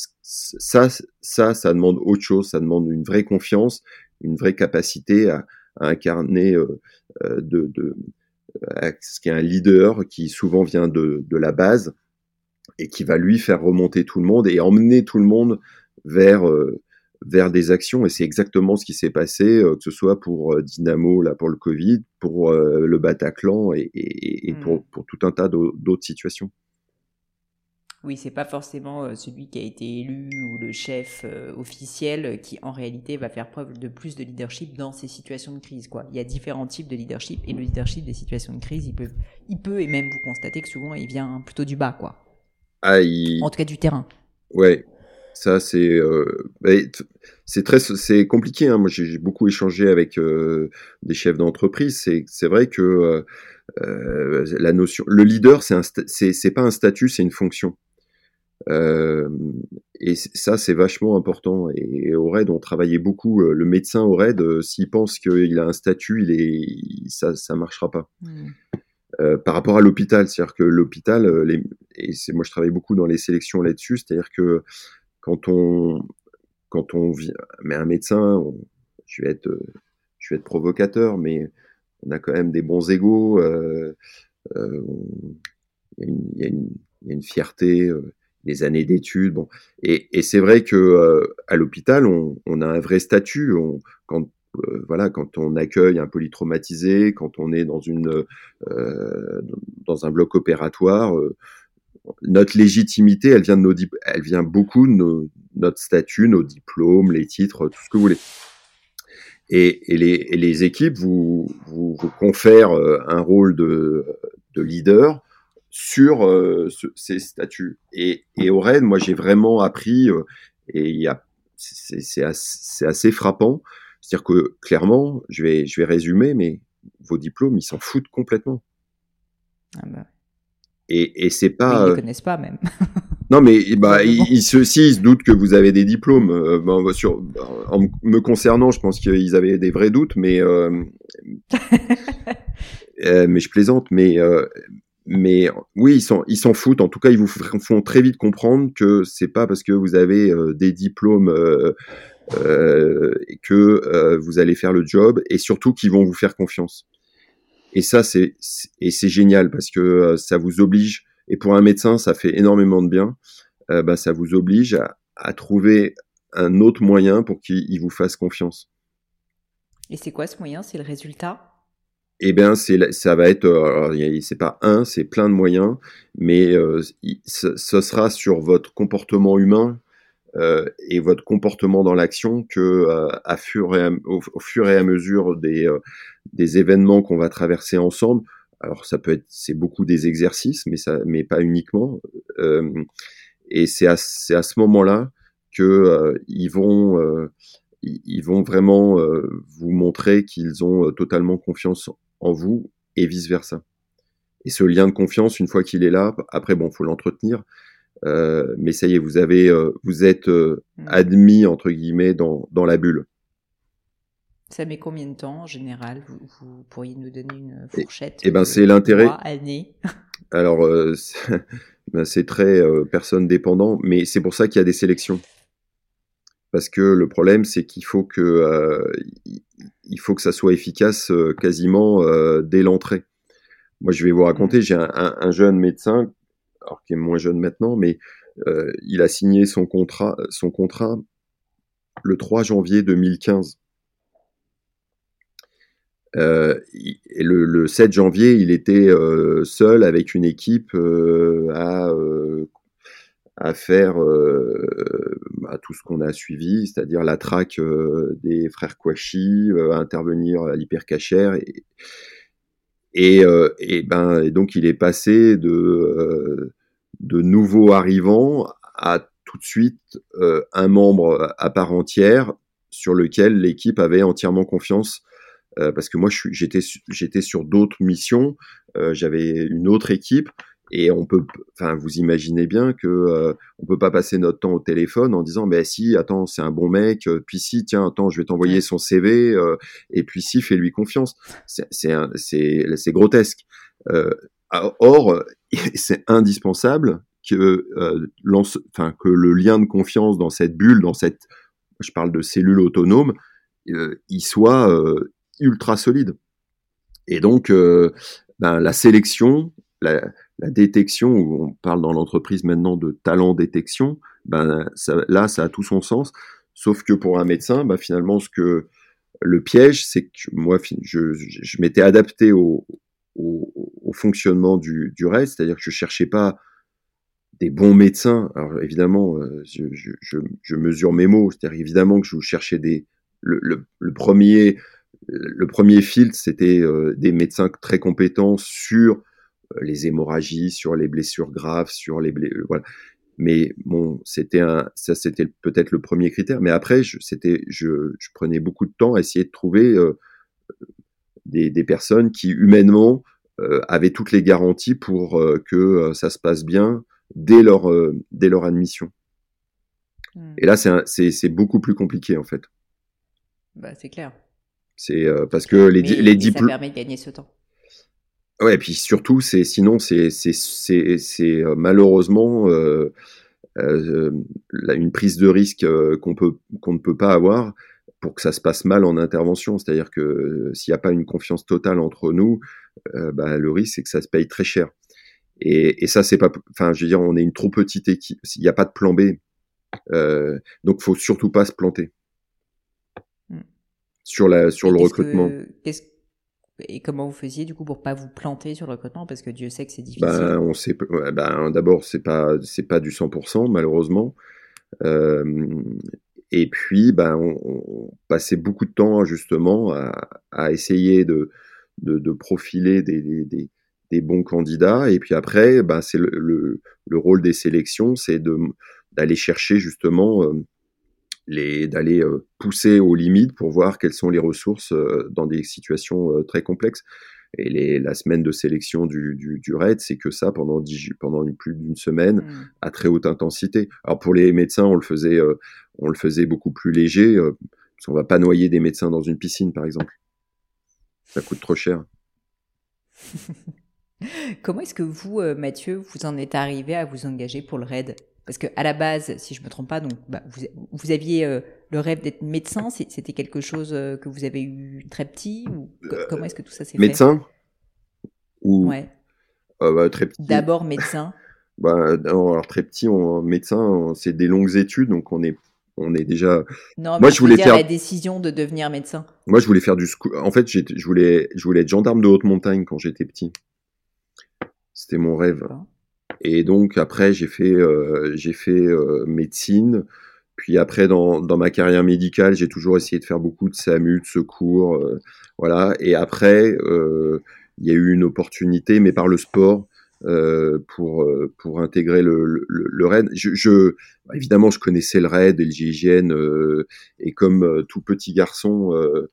Ça demande autre chose. Ça demande une vraie confiance, une vraie capacité à incarner ce qui est un leader qui souvent vient de la base et qui va lui faire remonter tout le monde et emmener tout le monde vers des actions. Et c'est exactement ce qui s'est passé, que ce soit pour Dynamo, là, pour le Covid, pour le Bataclan et pour tout un tas d'autres situations. Oui, c'est pas forcément celui qui a été élu ou le chef officiel qui en réalité va faire preuve de plus de leadership dans ces situations de crise, quoi. Il y a différents types de leadership et le leadership des situations de crise, il peut et même vous constatez que souvent il vient plutôt du bas, quoi. En tout cas du terrain. Ouais, ça c'est c'est compliqué. Hein. Moi j'ai beaucoup échangé avec des chefs d'entreprise. C'est vrai que la notion, le leader c'est pas un statut, c'est une fonction. Et ça, c'est vachement important. Et au RAID, on travaillait beaucoup. Le médecin au RAID, s'il pense qu'il a un statut, ça marchera pas. Par rapport à l'hôpital, c'est-à-dire que l'hôpital, moi je travaille beaucoup dans les sélections là-dessus, c'est-à-dire que quand on mais un médecin, je vais être provocateur, mais on a quand même des bons égos. Il y a une fierté, des années d'études. Bon. Et c'est vrai que à l'hôpital, on a un vrai statut. Quand on accueille un polytraumatisé, quand on est dans un bloc opératoire, notre légitimité, elle vient beaucoup de notre statut, nos diplômes, les titres, tout ce que vous voulez. Et les équipes vous confèrent un rôle de leader sur ces statuts. Et au RAID, moi, j'ai vraiment appris, et c'est assez frappant. C'est-à-dire que, clairement, je vais résumer, mais vos diplômes, ils s'en foutent complètement. Ah bah. Et c'est pas... Oui, ils les connaissent pas, même. Non, mais ils se doutent que vous avez des diplômes. En me concernant, je pense qu'ils avaient des vrais doutes, mais je plaisante. Mais oui, ils s'en foutent. En tout cas, ils vous font très vite comprendre que c'est pas parce que vous avez des diplômes que vous allez faire le job, et surtout qu'ils vont vous faire confiance. Et ça, c'est génial parce que ça vous oblige. Et pour un médecin, ça fait énormément de bien. Ça vous oblige à trouver un autre moyen pour qu'il vous fasse confiance. Et c'est quoi ce moyen? C'est le résultat? Eh bien, ça va être, c'est pas c'est plein de moyens, mais ce sera sur votre comportement humain et votre comportement dans l'action que, au fur et à mesure des événements qu'on va traverser ensemble. Alors, c'est beaucoup des exercices, mais pas uniquement. Et c'est à ce moment-là que ils vont vraiment vous montrer qu'ils ont totalement confiance en vous et vice versa. Et ce lien de confiance, une fois qu'il est là, après bon, faut l'entretenir. Mais ça y est, vous êtes admis entre guillemets dans la bulle. Ça met combien de temps en général? Vous pourriez nous donner une fourchette? Et ben c'est l'intérêt. Mois, année. Alors c'est très personne dépendant, mais c'est pour ça qu'il y a des sélections. Parce que le problème, c'est qu'il faut que ça soit efficace quasiment dès l'entrée. Moi, je vais vous raconter, j'ai un jeune médecin, alors qui est moins jeune maintenant, mais il a signé son contrat le 3 janvier 2015. Et le 7 janvier, il était seul avec une équipe à faire tout ce qu'on a suivi, c'est-à-dire la traque des frères Kouachi, à intervenir à l'hypercachère, et donc il est passé de nouveaux arrivants à tout de suite un membre à part entière sur lequel l'équipe avait entièrement confiance parce que moi j'étais sur d'autres missions, j'avais une autre équipe. Et vous imaginez bien que on peut pas passer notre temps au téléphone en disant, mais si, attends, c'est un bon mec, puis si, tiens, attends, je vais t'envoyer son CV, et puis si, fais-lui confiance. C'est grotesque. Or, c'est indispensable que le lien de confiance dans cette bulle, je parle de cellule autonome, il soit ultra solide. Et donc, la sélection, la détection, où on parle dans l'entreprise maintenant de talent détection, ça a tout son sens. Sauf que pour un médecin, finalement, le piège, c'est que moi, je m'étais adapté au fonctionnement du RAID, c'est-à-dire que je cherchais pas des bons médecins. Alors évidemment, je mesure mes mots, c'est-à-dire évidemment que je cherchais le premier filtre, c'était des médecins très compétents sur les hémorragies, sur les blessures graves, sur voilà. Mais bon, c'était peut-être le premier critère. Mais après, je prenais beaucoup de temps à essayer de trouver des personnes qui humainement avaient toutes les garanties pour que ça se passe bien dès leur admission. Et là, c'est beaucoup plus compliqué en fait. C'est clair. C'est parce que les ça permet de gagner ce temps. Ouais, et puis surtout, sinon c'est malheureusement une prise de risque qu'on ne peut pas avoir pour que ça se passe mal en intervention. C'est-à-dire que s'il n'y a pas une confiance totale entre nous, le risque c'est que ça se paye très cher. Et ça c'est pas, enfin je veux dire, on est une trop petite équipe, il n'y a pas de plan B, donc faut surtout pas se planter sur le recrutement. Et comment vous faisiez du coup pour pas vous planter sur le recrutement, parce que Dieu sait que c'est difficile. D'abord c'est pas du 100% malheureusement. Et puis on passait beaucoup de temps justement à essayer de profiler des bons candidats. Et puis après, c'est le rôle des sélections, c'est d'aller chercher justement d'aller pousser aux limites pour voir quelles sont les ressources dans des situations très complexes. Et la semaine de sélection du RAID, c'est que ça pendant plus d'une semaine à très haute intensité. Alors pour les médecins, on le faisait beaucoup plus léger, parce qu'on va pas noyer des médecins dans une piscine, par exemple. Ça coûte trop cher. Comment est-ce que vous, Mathieu, vous en êtes arrivé à vous engager pour le RAID ? Parce qu'à la base, si je me trompe pas, donc vous aviez le rêve d'être médecin. C'était quelque chose que vous avez eu très petit, ou comment est-ce que tout ça s'est fait ? Médecin ou ouais. Très petit. D'abord médecin. Non, alors très petit, médecin, c'est des longues études, donc on est déjà. Non, mais je voulais faire la décision de devenir médecin. Moi, je voulais faire en fait, je voulais être gendarme de haute montagne quand j'étais petit. C'était mon rêve. D'accord. Et donc après, j'ai fait médecine. Puis après, dans ma carrière médicale, j'ai toujours essayé de faire beaucoup de SAMU, de secours, voilà. Et après, il y a eu une opportunité, mais par le sport, pour intégrer le RAID. Évidemment, je connaissais le RAID et le GIGN, et comme tout petit garçon,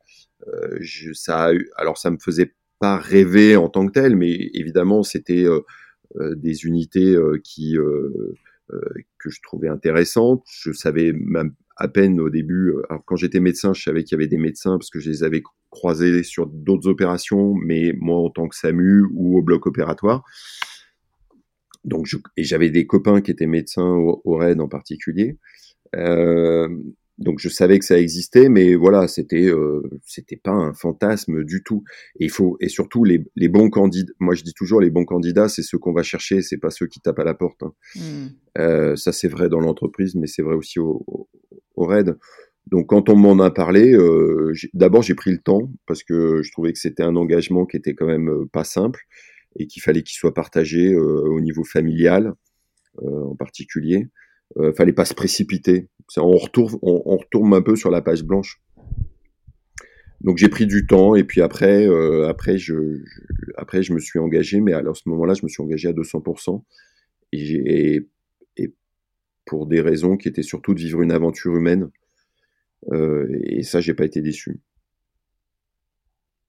alors ça me faisait pas rêver en tant que tel, mais évidemment, c'était des unités que je trouvais intéressantes. Je savais même à peine au début. Alors quand j'étais médecin, je savais qu'il y avait des médecins parce que je les avais croisés sur d'autres opérations, mais moi en tant que SAMU ou au bloc opératoire. Donc et j'avais des copains qui étaient médecins au RAID en particulier. Donc je savais que ça existait, mais voilà, c'était pas un fantasme du tout. Et surtout les bons candidats. Moi, je dis toujours, les bons candidats, c'est ceux qu'on va chercher, c'est pas ceux qui tapent à la porte. Ça, c'est vrai dans l'entreprise, mais c'est vrai aussi au RAID. Donc quand on m'en a parlé, d'abord j'ai pris le temps parce que je trouvais que c'était un engagement qui était quand même pas simple et qu'il fallait qu'il soit partagé au niveau familial en particulier. Fallait pas se précipiter. On retourne un peu sur la page blanche. Donc j'ai pris du temps et puis après je me suis engagé, mais à ce moment-là je me suis engagé à 200% et pour des raisons qui étaient surtout de vivre une aventure humaine, et ça j'ai pas été déçu.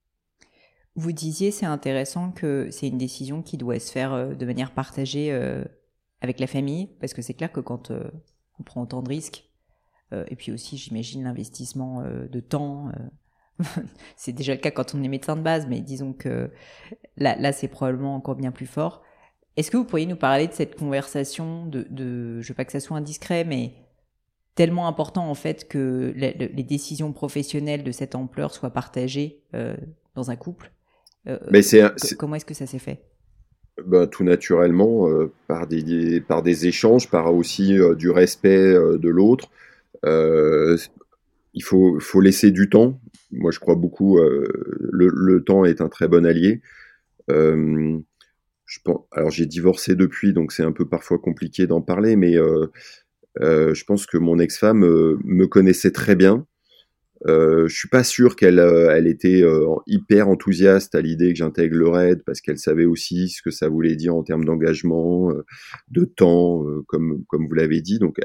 Vous disiez, c'est intéressant que c'est une décision qui doit se faire de manière partagée avec la famille, parce que c'est clair que quand on prend autant de risques, et puis aussi j'imagine l'investissement de temps, c'est déjà le cas quand on est médecin de base, mais disons que là c'est probablement encore bien plus fort. Est-ce que vous pourriez nous parler de cette conversation je veux pas que ça soit indiscret, mais tellement important en fait que les décisions professionnelles de cette ampleur soient partagées dans un couple. Mais Comment est-ce que ça s'est fait? tout naturellement, par des échanges, par aussi du respect de l'autre. Euh, il faut laisser du temps. Moi, je crois beaucoup. Le temps est un très bon allié. Euh, alors, j'ai divorcé depuis, donc c'est un peu parfois compliqué d'en parler, mais je pense que mon ex-femme me connaissait très bien. Je suis pas sûr qu'elle était hyper enthousiaste à l'idée que j'intègre le RAID parce qu'elle savait aussi ce que ça voulait dire en termes d'engagement, de temps, comme vous l'avez dit. Donc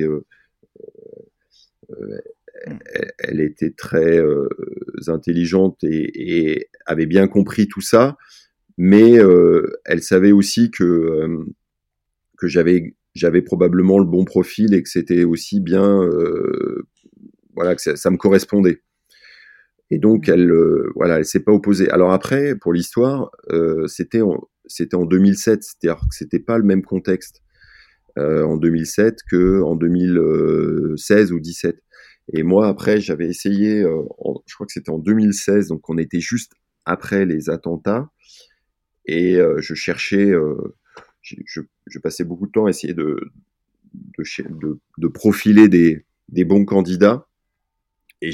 euh, elle était très intelligente et avait bien compris tout ça, mais elle savait aussi que j'avais probablement le bon profil et que c'était aussi bien, voilà, que ça me correspondait. Et donc elle s'est pas opposée. Alors après, pour l'histoire, c'était en 2007, c'est-à-dire que c'était pas le même contexte en 2007 que en 2016 ou 17. Et moi après, j'avais essayé, je crois que c'était en 2016, donc on était juste après les attentats, et je cherchais, je passais beaucoup de temps à essayer de profiler des bons candidats, et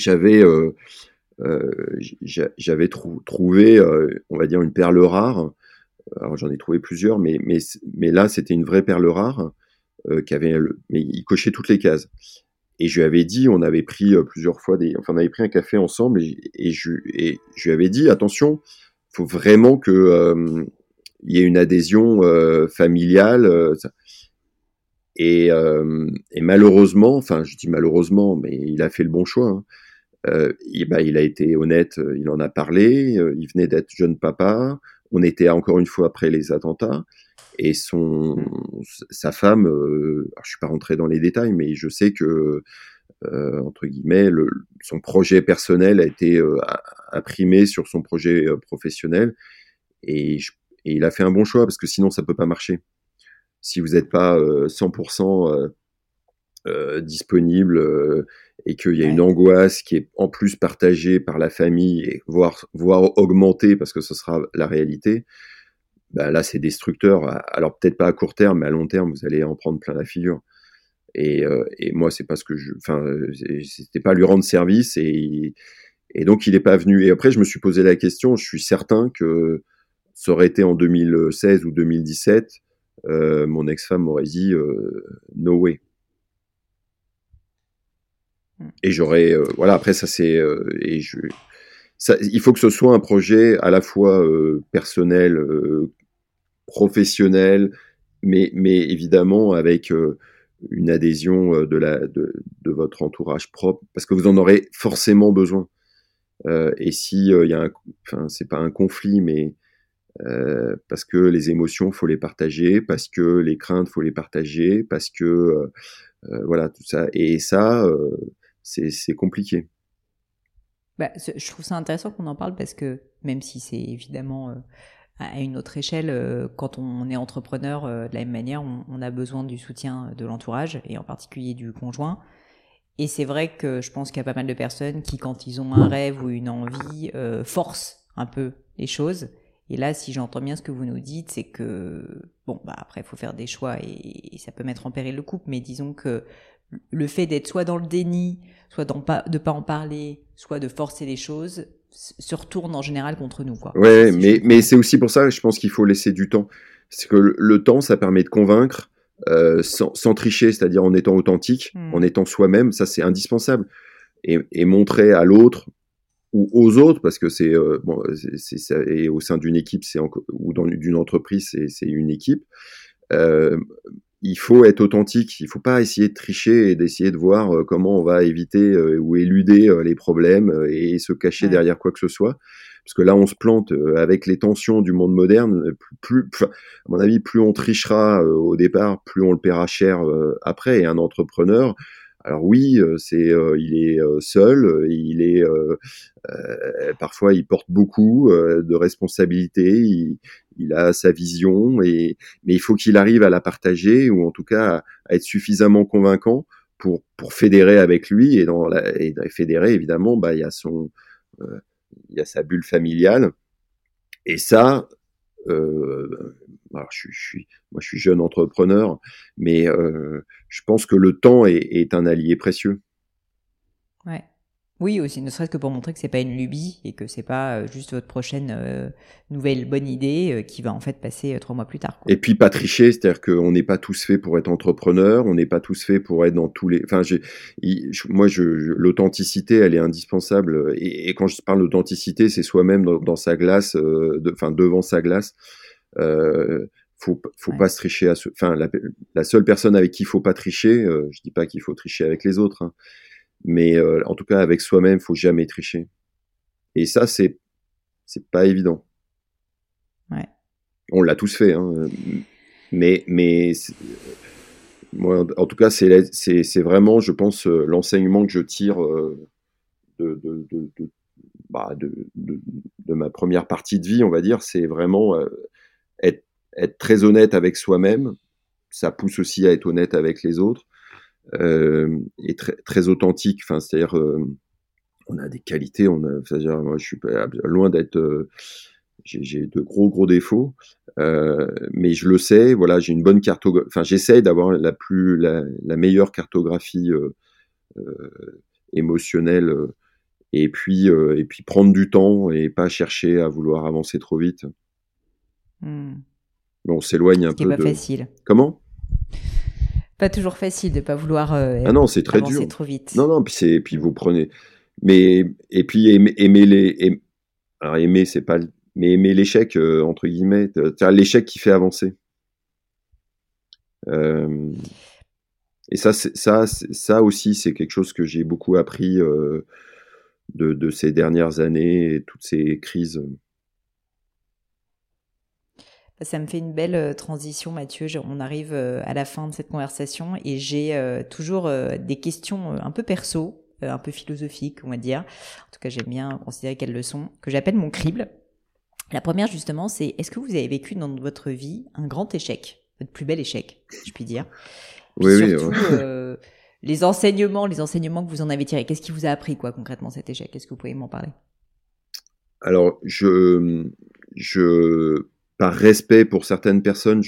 j'avais trouvé, on va dire, une perle rare. Alors j'en ai trouvé plusieurs, mais là c'était une vraie perle rare mais il cochait toutes les cases. Et je lui avais dit, on avait pris plusieurs fois on avait pris un café ensemble, et je lui avais dit, attention, faut vraiment que il y ait une adhésion familiale. Et malheureusement, enfin je dis malheureusement, mais il a fait le bon choix, hein. Il a été honnête, il en a parlé, il venait d'être jeune papa, on était encore une fois après les attentats, et sa femme, alors je suis pas rentré dans les détails, mais je sais que, entre guillemets, son projet personnel a été imprimé sur son projet professionnel, et, et il a fait un bon choix, parce que sinon ça peut pas marcher. Si vous n'êtes pas 100% disponible, et qu'il y a une Ouais. angoisse qui est en plus partagée par la famille, et voire augmentée, parce que ce sera la réalité, ben là c'est destructeur. Alors peut-être pas à court terme, mais à long terme vous allez en prendre plein la figure. Et moi c'est pas ce que c'était pas lui rendre service, et donc il est pas venu. Et après je me suis posé la question, je suis certain que ça aurait été en 2016 ou 2017, mon ex-femme m'aurait dit no way. Et j'aurais, voilà, après ça c'est, il faut que ce soit un projet à la fois personnel, professionnel, mais évidemment avec une adhésion de votre entourage propre, parce que vous en aurez forcément besoin. Et si il y a enfin c'est pas un conflit, mais parce que les émotions faut les partager, parce que les craintes faut les partager, parce que voilà tout ça, et ça c'est compliqué. Bah, je trouve ça intéressant qu'on en parle parce que même si c'est évidemment à une autre échelle, quand on est entrepreneur, de la même manière, on a besoin du soutien de l'entourage et en particulier du conjoint. Et c'est vrai que je pense qu'il y a pas mal de personnes qui, quand ils ont un rêve ou une envie, forcent un peu les choses. Et là, si j'entends bien ce que vous nous dites, c'est que, bon, bah après, il faut faire des choix et ça peut mettre en péril le couple, mais disons que le fait d'être soit dans le déni, soit de pas en parler, soit de forcer les choses, se retourne en général contre nous, quoi. Ouais, Si je comprends mais bien. c'est aussi pour ça que je pense qu'il faut laisser du temps. C'est que le temps, ça permet de convaincre sans tricher, c'est-à-dire en étant authentique, en Hmm. étant soi-même. Ça, c'est indispensable. Et montrer à l'autre ou aux autres, parce que bon, ça, et au sein d'une équipe, ou d'une entreprise, c'est une équipe. Euh, il faut être authentique. Il faut pas essayer de tricher et d'essayer de voir comment on va éviter ou éluder les problèmes et se cacher derrière quoi que ce soit. Parce que là, on se plante avec les tensions du monde moderne. À mon avis, plus on trichera au départ, plus on le paiera cher après. Et un entrepreneur, alors oui, il est seul, parfois il porte beaucoup de responsabilités, il a sa vision, mais il faut qu'il arrive à la partager ou en tout cas à être suffisamment convaincant pour fédérer avec lui et fédérer évidemment, euh, il y a sa bulle familiale et ça. Alors moi je suis jeune entrepreneur, mais je pense que le temps est un allié précieux. Ouais. Oui, aussi, ne serait-ce que pour montrer que c'est pas une lubie et que c'est pas juste votre prochaine nouvelle bonne idée qui va en fait passer 3 mois plus tard, quoi. Et puis pas tricher, c'est-à-dire qu'on n'est pas tous faits pour être entrepreneur, on n'est pas tous faits pour être dans tous les. Enfin, l'authenticité, elle est indispensable. Et quand je parle d'authenticité, c'est soi-même dans sa glace, devant sa glace. Faut pas se tricher enfin, la seule personne avec qui il faut pas tricher, je dis pas qu'il faut tricher avec les autres, hein, mais en tout cas avec soi-même, faut jamais tricher. Et ça, c'est pas évident. Ouais. On l'a tous fait, hein, mais moi, en tout cas, c'est vraiment, je pense, l'enseignement que je tire de, de, de, de, de ma première partie de vie, on va dire, c'est vraiment être, être très honnête avec soi-même. Ça pousse aussi à être honnête avec les autres et très, très authentique. Enfin, c'est-à-dire, on a des qualités. C'est-à-dire, moi, je suis loin d'être. J'ai de gros défauts, mais je le sais. Voilà, j'ai une bonne cartographie. Enfin, j'essaye d'avoir la meilleure cartographie émotionnelle. Et puis prendre du temps et pas chercher à vouloir avancer trop vite. Mais on s'éloigne un Ce qui est peu pas de. facile. Comment? Pas toujours facile de pas vouloir Ah non, c'est très avancer dur. trop vite. Non, puis vous prenez. Mais et puis alors aimer, c'est pas. Mais aimer l'échec entre guillemets, l'échec qui fait avancer. Et ça aussi, c'est quelque chose que j'ai beaucoup appris de ces dernières années et toutes ces crises. Ça me fait une belle transition, Mathieu. On arrive à la fin de cette conversation et j'ai toujours des questions un peu perso, un peu philosophiques, on va dire. En tout cas, j'aime bien considérer qu'elles le sont, que j'appelle mon crible. La première, justement, c'est est-ce que vous avez vécu dans votre vie un grand échec, votre plus bel échec, si je puis dire? Puis Oui, surtout, les enseignements que vous en avez tirés. Qu'est-ce qui vous a appris, quoi, concrètement, cet échec? Est-ce que vous pouvez m'en parler? Alors, par respect pour certaines personnes,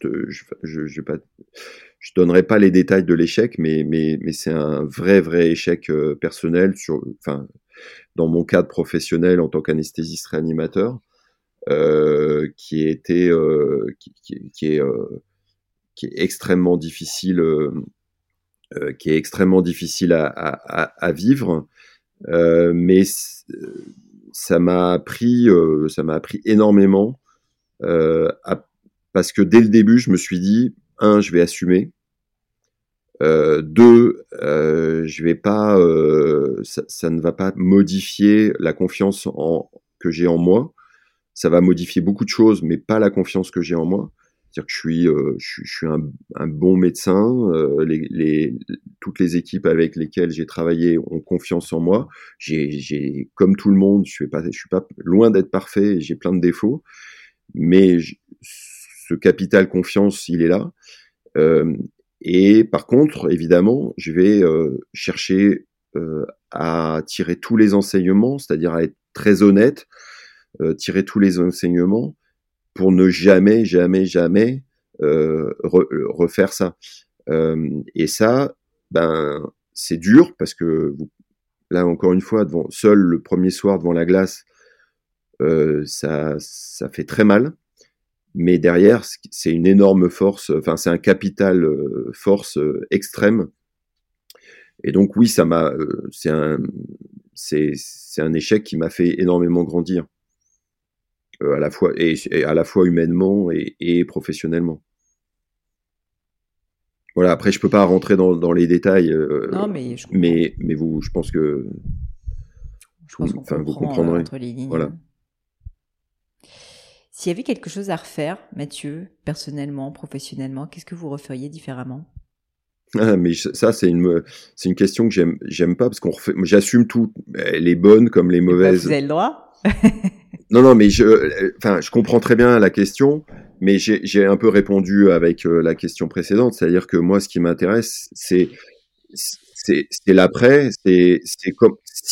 je donnerai pas les détails de l'échec, mais c'est un vrai échec personnel enfin, dans mon cadre professionnel en tant qu'anesthésiste réanimateur, qui était, qui est extrêmement difficile, à vivre, mais ça m'a appris énormément parce que dès le début, je me suis dit, je vais assumer. Deux, je vais pas, ça ne va pas modifier la confiance que j'ai en moi. Ça va modifier beaucoup de choses, mais pas la confiance que j'ai en moi. C'est-à-dire que je suis un bon médecin. Toutes les équipes avec lesquelles j'ai travaillé ont confiance en moi. Comme tout le monde, je suis pas loin d'être parfait et j'ai plein de défauts. Mais ce capital confiance, il est là. Et par contre, évidemment, je vais chercher à tirer tous les enseignements, c'est-à-dire à être très honnête, tirer tous les enseignements pour ne jamais refaire ça. Et ça, c'est dur parce que là, encore une fois, seul le premier soir devant la glace, ça fait très mal. Mais derrière, c'est une énorme force, enfin, c'est un capital force extrême. Et donc, oui, c'est un échec qui m'a fait énormément grandir, à la fois, et à la fois humainement et professionnellement. Voilà, après, je peux pas rentrer dans les détails, Non, mais je comprends. mais vous, je pense que, Je pense qu'on enfin, vous comprend comprendrez. entre les lignes. Voilà. S'il y avait quelque chose à refaire, Mathieu, personnellement, professionnellement, qu'est-ce que vous referiez différemment? Ah, mais ça, c'est une question que j'aime pas parce j'assume tout, les bonnes comme les Bah, vous mauvaises. avez le droit. Non, non, mais enfin, je comprends très bien la question, mais j'ai un peu répondu avec la question précédente, c'est-à-dire que moi, ce qui m'intéresse, c'est l'après, c'est comme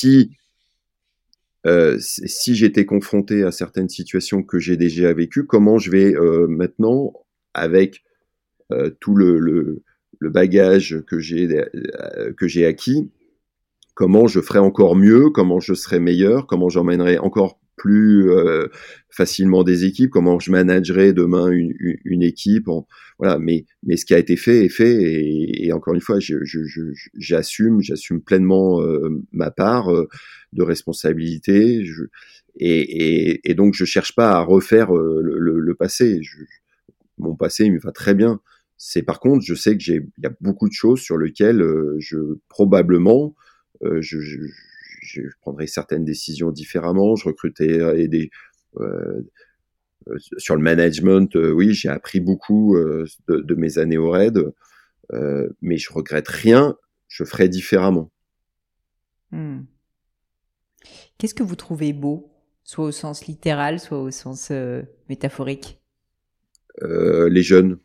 si j'étais confronté à certaines situations que j'ai déjà vécues, comment je vais maintenant, avec tout le bagage que j'ai acquis, comment je ferais encore mieux, comment je serais meilleur, comment j'emmènerais encore plus facilement des équipes, comment je managerais demain une équipe. Voilà, mais ce qui a été fait est fait, et encore une fois, j'assume pleinement ma part de responsabilité. Et donc, je cherche pas à refaire le passé. Mon passé, il me va très bien. C'est par contre, je sais que il y a beaucoup de choses sur lesquelles probablement, euh, je, je, je prendrai certaines décisions différemment. Je recruterai euh, sur le management. Oui, j'ai appris beaucoup de mes années au RAID, mais je regrette rien. Je ferai différemment. Hmm. Qu'est-ce que vous trouvez beau, soit au sens littéral, soit au sens métaphorique? Les jeunes,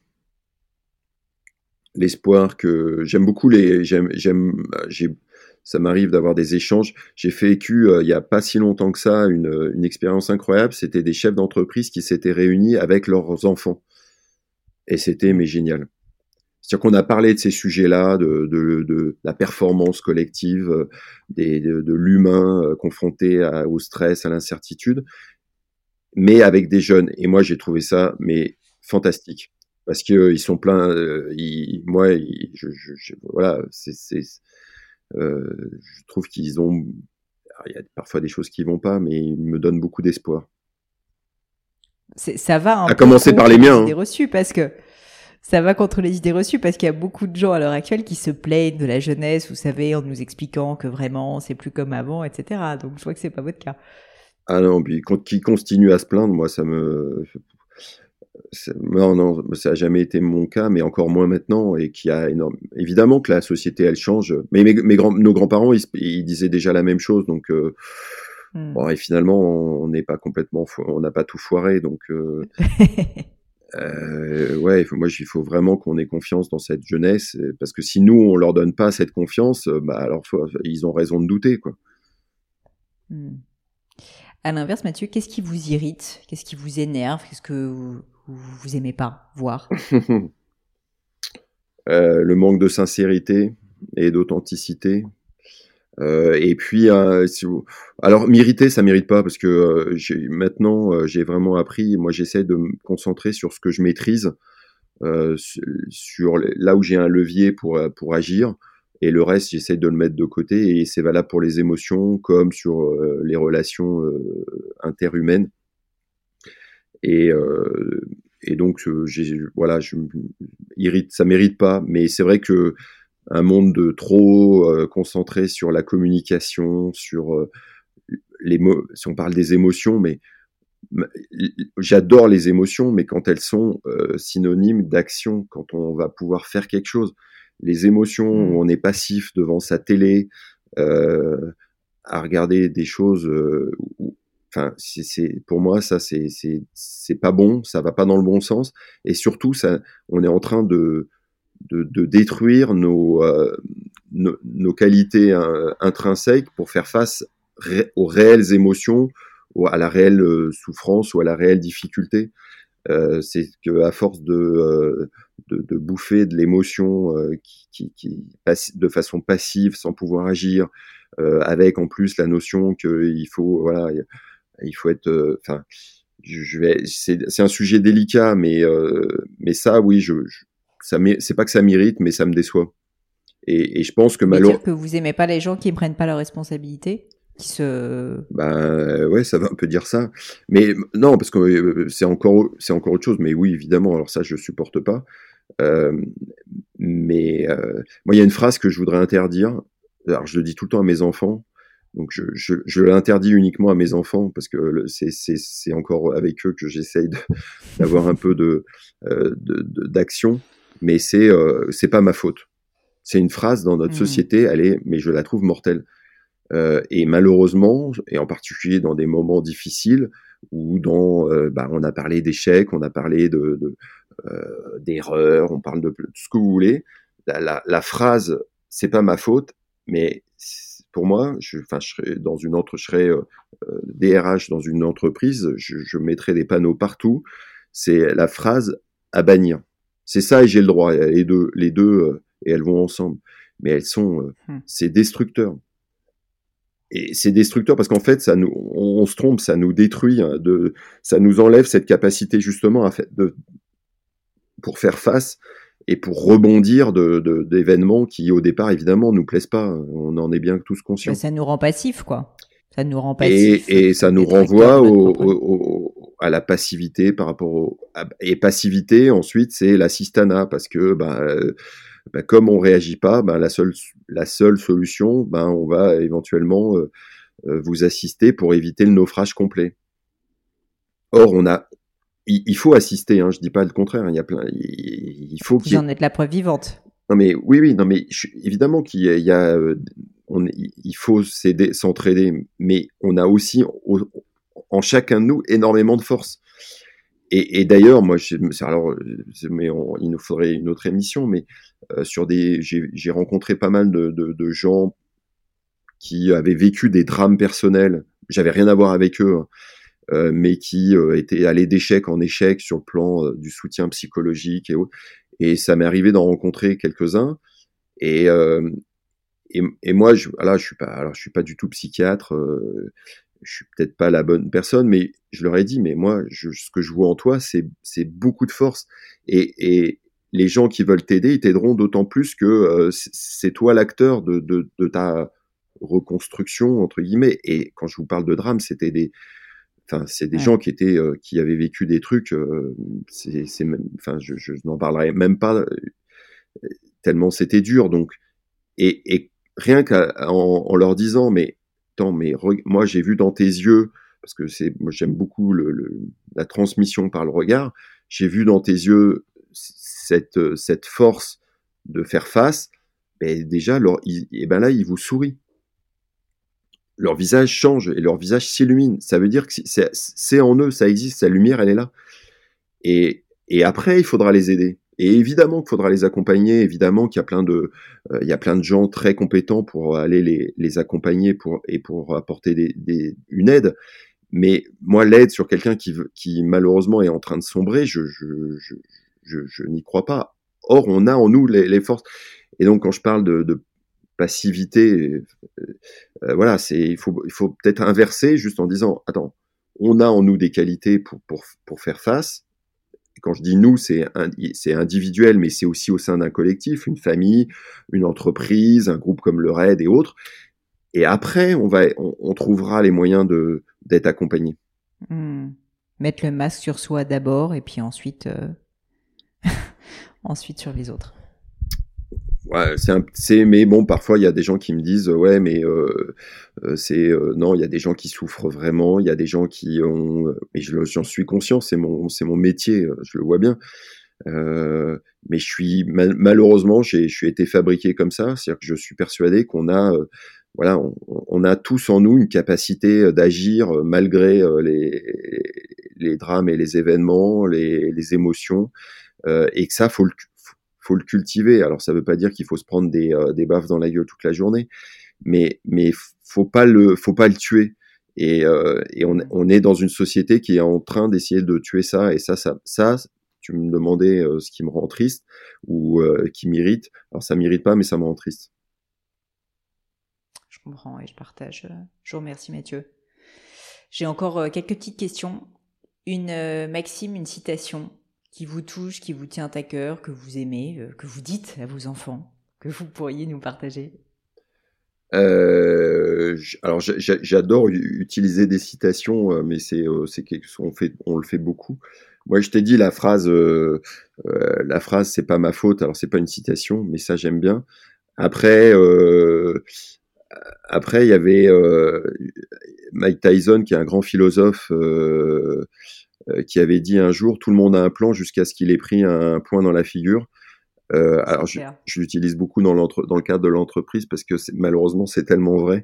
l'espoir que j'aime beaucoup j'ai ça m'arrive d'avoir des échanges. J'ai vécu il y a pas si longtemps que ça une expérience incroyable. C'était des chefs d'entreprise qui s'étaient réunis avec leurs enfants, et c'était Hmm. mais génial. C'est-à-dire qu'on a parlé de ces sujets-là, de la performance collective, de l'humain confronté au stress, à l'incertitude, mais avec des jeunes. Et moi, j'ai trouvé ça mais fantastique, parce que ils sont pleins. Moi, voilà, je trouve qu'ils ont. Alors, il y a parfois des choses qui vont pas, mais ils me donnent beaucoup d'espoir. Ça va un À peu commencer par contre les les miens. idées Hein. reçues parce que ça va contre les idées reçues parce qu'il y a beaucoup de gens à l'heure actuelle qui se plaignent de la jeunesse, vous savez, en nous expliquant que vraiment c'est plus comme avant, etc. Donc je vois que c'est pas votre cas. Ah non, puis qui continue à se plaindre, moi, non, non, ça a jamais été mon cas, mais encore moins maintenant, et qui a énorme. Évidemment que la société, elle change, mais nos grands-parents, ils disaient déjà la même chose, donc Hmm. bon, et finalement, on n'est pas complètement, on n'a pas tout foiré, donc ouais, moi, il faut vraiment qu'on ait confiance dans cette jeunesse, parce que si nous, on leur donne pas cette confiance, bah alors, ils ont raison de douter, quoi. Hmm. À l'inverse, Mathieu, qu'est-ce qui vous irrite? Qu'est-ce qui vous énerve? Qu'est-ce que vous aimez pas voir? Le manque de sincérité et d'authenticité. Et puis, alors m'irriter, ça m'irrite pas parce que maintenant, j'ai vraiment appris. Moi, j'essaie de me concentrer sur ce que je maîtrise, sur là où j'ai un levier pour agir, et le reste, j'essaie de le mettre de côté. Et c'est valable pour les émotions comme sur les relations interhumaines. Et, euh, et donc, voilà, ça mérite pas. Mais c'est vrai que un monde de trop concentré sur la communication, sur si on parle des émotions, mais j'adore les émotions, mais quand elles sont synonymes d'action, quand on va pouvoir faire quelque chose, les émotions Hmm. où on est passif devant sa télé, euh, à regarder des choses, enfin, pour moi, ça, c'est pas bon, ça va pas dans le bon sens, et surtout, on est en train de détruire nos qualités intrinsèques pour faire face aux réelles émotions, à la réelle souffrance ou à la réelle difficulté. C'est que à force de bouffer de l'émotion de façon passive, sans pouvoir agir, avec en plus la notion qu'il faut, voilà, il faut être, enfin, c'est un sujet délicat, mais ça, oui, c'est pas que ça m'irrite, mais ça me déçoit. Et je pense que Vous voulez dire que vous aimez pas les gens qui prennent pas leurs responsabilités, qui se... ben ouais, ça va un peu dire ça. Mais non, parce que c'est encore autre chose. Mais oui, évidemment. Alors ça, je supporte pas. Euh, moi, il y a une phrase que je voudrais interdire. Alors, je le dis tout le temps à mes enfants. Donc, je l'interdis uniquement à mes enfants parce que c'est encore avec eux que j'essaye d'avoir un peu d'action. Mais c'est pas ma faute. C'est une phrase dans notre société, mais je la trouve mortelle. Et malheureusement, et en particulier dans des moments difficiles, où on a parlé d'échecs, on a parlé d'erreurs, on parle de tout ce que vous voulez. La phrase, c'est pas ma faute, mais pour moi, je serais DRH dans une entreprise, je mettrais des panneaux partout. C'est la phrase à bannir. C'est ça et j'ai le droit. Les deux, et elles vont ensemble. Mais c'est destructeur. Et c'est destructeur parce qu'en fait, on se trompe, ça nous détruit, ça nous enlève cette capacité justement pour faire face et pour rebondir d'événements qui, au départ, évidemment, nous plaisent pas. On en est bien tous conscients. Ça nous rend passifs, quoi. Ça nous rend passifs. Et ça nous renvoie à la passivité par rapport et passivité, ensuite, c'est l'assistanat parce que, comme on réagit pas, la seule solution, on va éventuellement vous assister pour éviter le naufrage complet. Or, il faut assister, hein, je dis pas le contraire. Il y a plein, il faut qu'il. Vous en êtes la preuve vivante. Non mais oui, non mais évidemment qu'il y a, il faut s'entraider, mais on a aussi en chacun de nous énormément de force. Et d'ailleurs, moi, il nous faudrait une autre émission, mais j'ai rencontré pas mal de gens qui avaient vécu des drames personnels. J'avais rien à voir avec eux, mais qui étaient allés d'échec en échec sur le plan du soutien psychologique et autres. Et ça m'est arrivé d'en rencontrer quelques-uns. Et moi, je suis pas du tout psychiatre. Je suis peut-être pas la bonne personne, mais je leur ai dit, mais moi, ce que je vois en toi, c'est beaucoup de force. Et les gens qui veulent t'aider, ils t'aideront d'autant plus que c'est toi l'acteur de ta reconstruction entre guillemets. Et quand je vous parle de drame, c'est des gens qui avaient vécu des trucs. Je n'en parlerai même pas tellement c'était dur. Donc et rien qu'en leur disant, mais attends, moi j'ai vu dans tes yeux, parce que moi j'aime beaucoup la transmission par le regard, j'ai vu dans tes yeux cette force de faire face, et déjà, là, ils vous sourient. Leur visage change et leur visage s'illumine. Ça veut dire que c'est en eux, ça existe, sa lumière, elle est là. Et après, il faudra les aider. Et évidemment qu'il faudra les accompagner, évidemment qu'il y a plein de gens très compétents pour aller les accompagner pour apporter une aide. Mais moi, l'aide sur quelqu'un qui malheureusement est en train de sombrer, je n'y crois pas. Or, on a en nous les forces. Et donc, quand je parle de passivité, voilà, il faut peut-être inverser juste en disant, attends, on a en nous des qualités pour faire face. Quand je dis nous, c'est individuel, mais c'est aussi au sein d'un collectif, une famille, une entreprise, un groupe comme le RAID et autres. Et après, on trouvera les moyens d'être accompagné. Mettre le masque sur soi d'abord, et puis ensuite, ensuite sur les autres. Ouais, mais bon, parfois il y a des gens qui me disent ouais, mais non, il y a des gens qui souffrent vraiment, il y a des gens qui ont, mais j'en suis conscient, c'est mon métier, je le vois bien. Mais malheureusement, je suis été fabriqué comme ça, c'est-à-dire que je suis persuadé qu'on a, voilà, on a tous en nous une capacité d'agir malgré les drames et les événements, les émotions, et que ça faut le cultiver. Alors ça veut pas dire qu'il faut se prendre des baffes dans la gueule toute la journée, mais faut pas le tuer. Et on est dans une société qui est en train d'essayer de tuer ça. Et ça, tu me demandais ce qui me rend triste ou qui m'irrite. Alors ça m'irrite pas, mais ça me rend triste. Je comprends et je partage. Je vous remercie, Mathieu. J'ai encore quelques petites questions. Une maxime, une citation qui vous touche, qui vous tient à cœur, que vous aimez, que vous dites à vos enfants, que vous pourriez nous partager? Alors j'adore utiliser des citations, mais c'est quelque chose on le fait beaucoup. Moi, je t'ai dit la phrase c'est pas ma faute. Alors c'est pas une citation, mais ça j'aime bien. Après, il y avait Mike Tyson, qui est un grand philosophe, qui avait dit un jour tout le monde a un plan jusqu'à ce qu'il ait pris un point dans la figure. Alors je l'utilise beaucoup dans le cadre de l'entreprise parce que malheureusement c'est tellement vrai.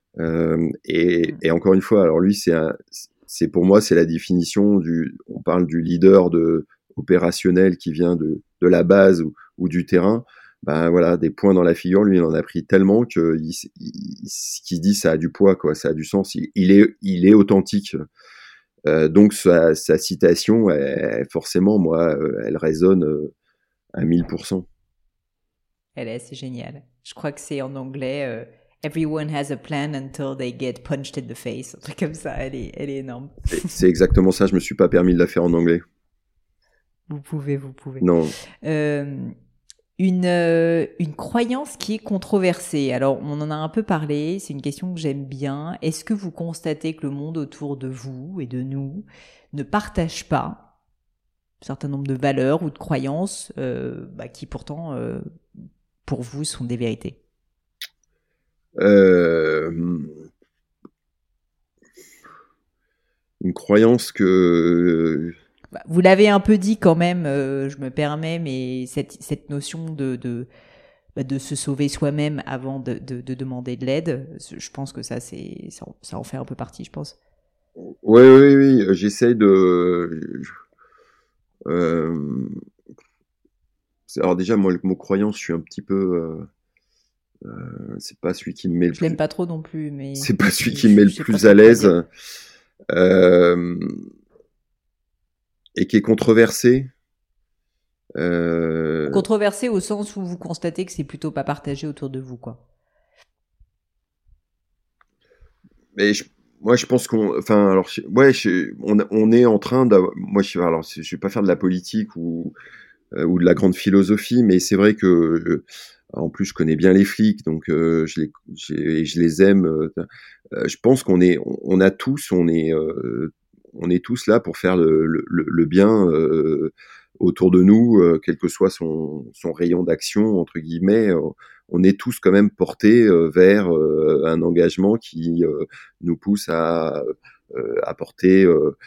Et encore une fois, alors lui c'est pour moi c'est la définition on parle du leader opérationnel qui vient de la base ou du terrain. Ben voilà, des points dans la figure, lui il en a pris tellement que ce qu'il dit ça a du poids, quoi, ça a du sens. Il est authentique. Donc sa citation, forcément moi, elle résonne à 1000%. Elle est assez géniale. Je crois que c'est en anglais Everyone has a plan until they get punched in the face. Un truc comme ça, elle est énorme. C'est exactement ça, je me suis pas permis de la faire en anglais. Vous pouvez. Non. Une croyance qui est controversée. Alors, on en a un peu parlé, c'est une question que j'aime bien. Est-ce que vous constatez que le monde autour de vous et de nous ne partage pas un certain nombre de valeurs ou de croyances qui pourtant, pour vous, sont des vérités? Une croyance que... Vous l'avez un peu dit quand même, je me permets, mais cette notion de se sauver soi-même avant de demander de l'aide, je pense que ça en fait un peu partie, je pense. Oui, j'essaye de... Alors déjà, moi, le mot croyance, je suis un petit peu... c'est pas celui qui me met le plus... Je l'aime pas trop non plus, mais... C'est pas celui qui me met le plus à l'aise. Et qui est controversé. Controversé au sens où vous constatez que c'est plutôt pas partagé autour de vous, quoi. Mais moi, je pense qu'on, enfin, alors, on est en train d'avoir, moi, je vais pas faire de la politique ou de la grande philosophie, mais c'est vrai que, en plus, je connais bien les flics, donc je les aime. Je pense on est tous là pour faire le bien autour de nous, quel que soit son rayon d'action entre guillemets. On est tous quand même portés vers un engagement qui nous pousse à apporter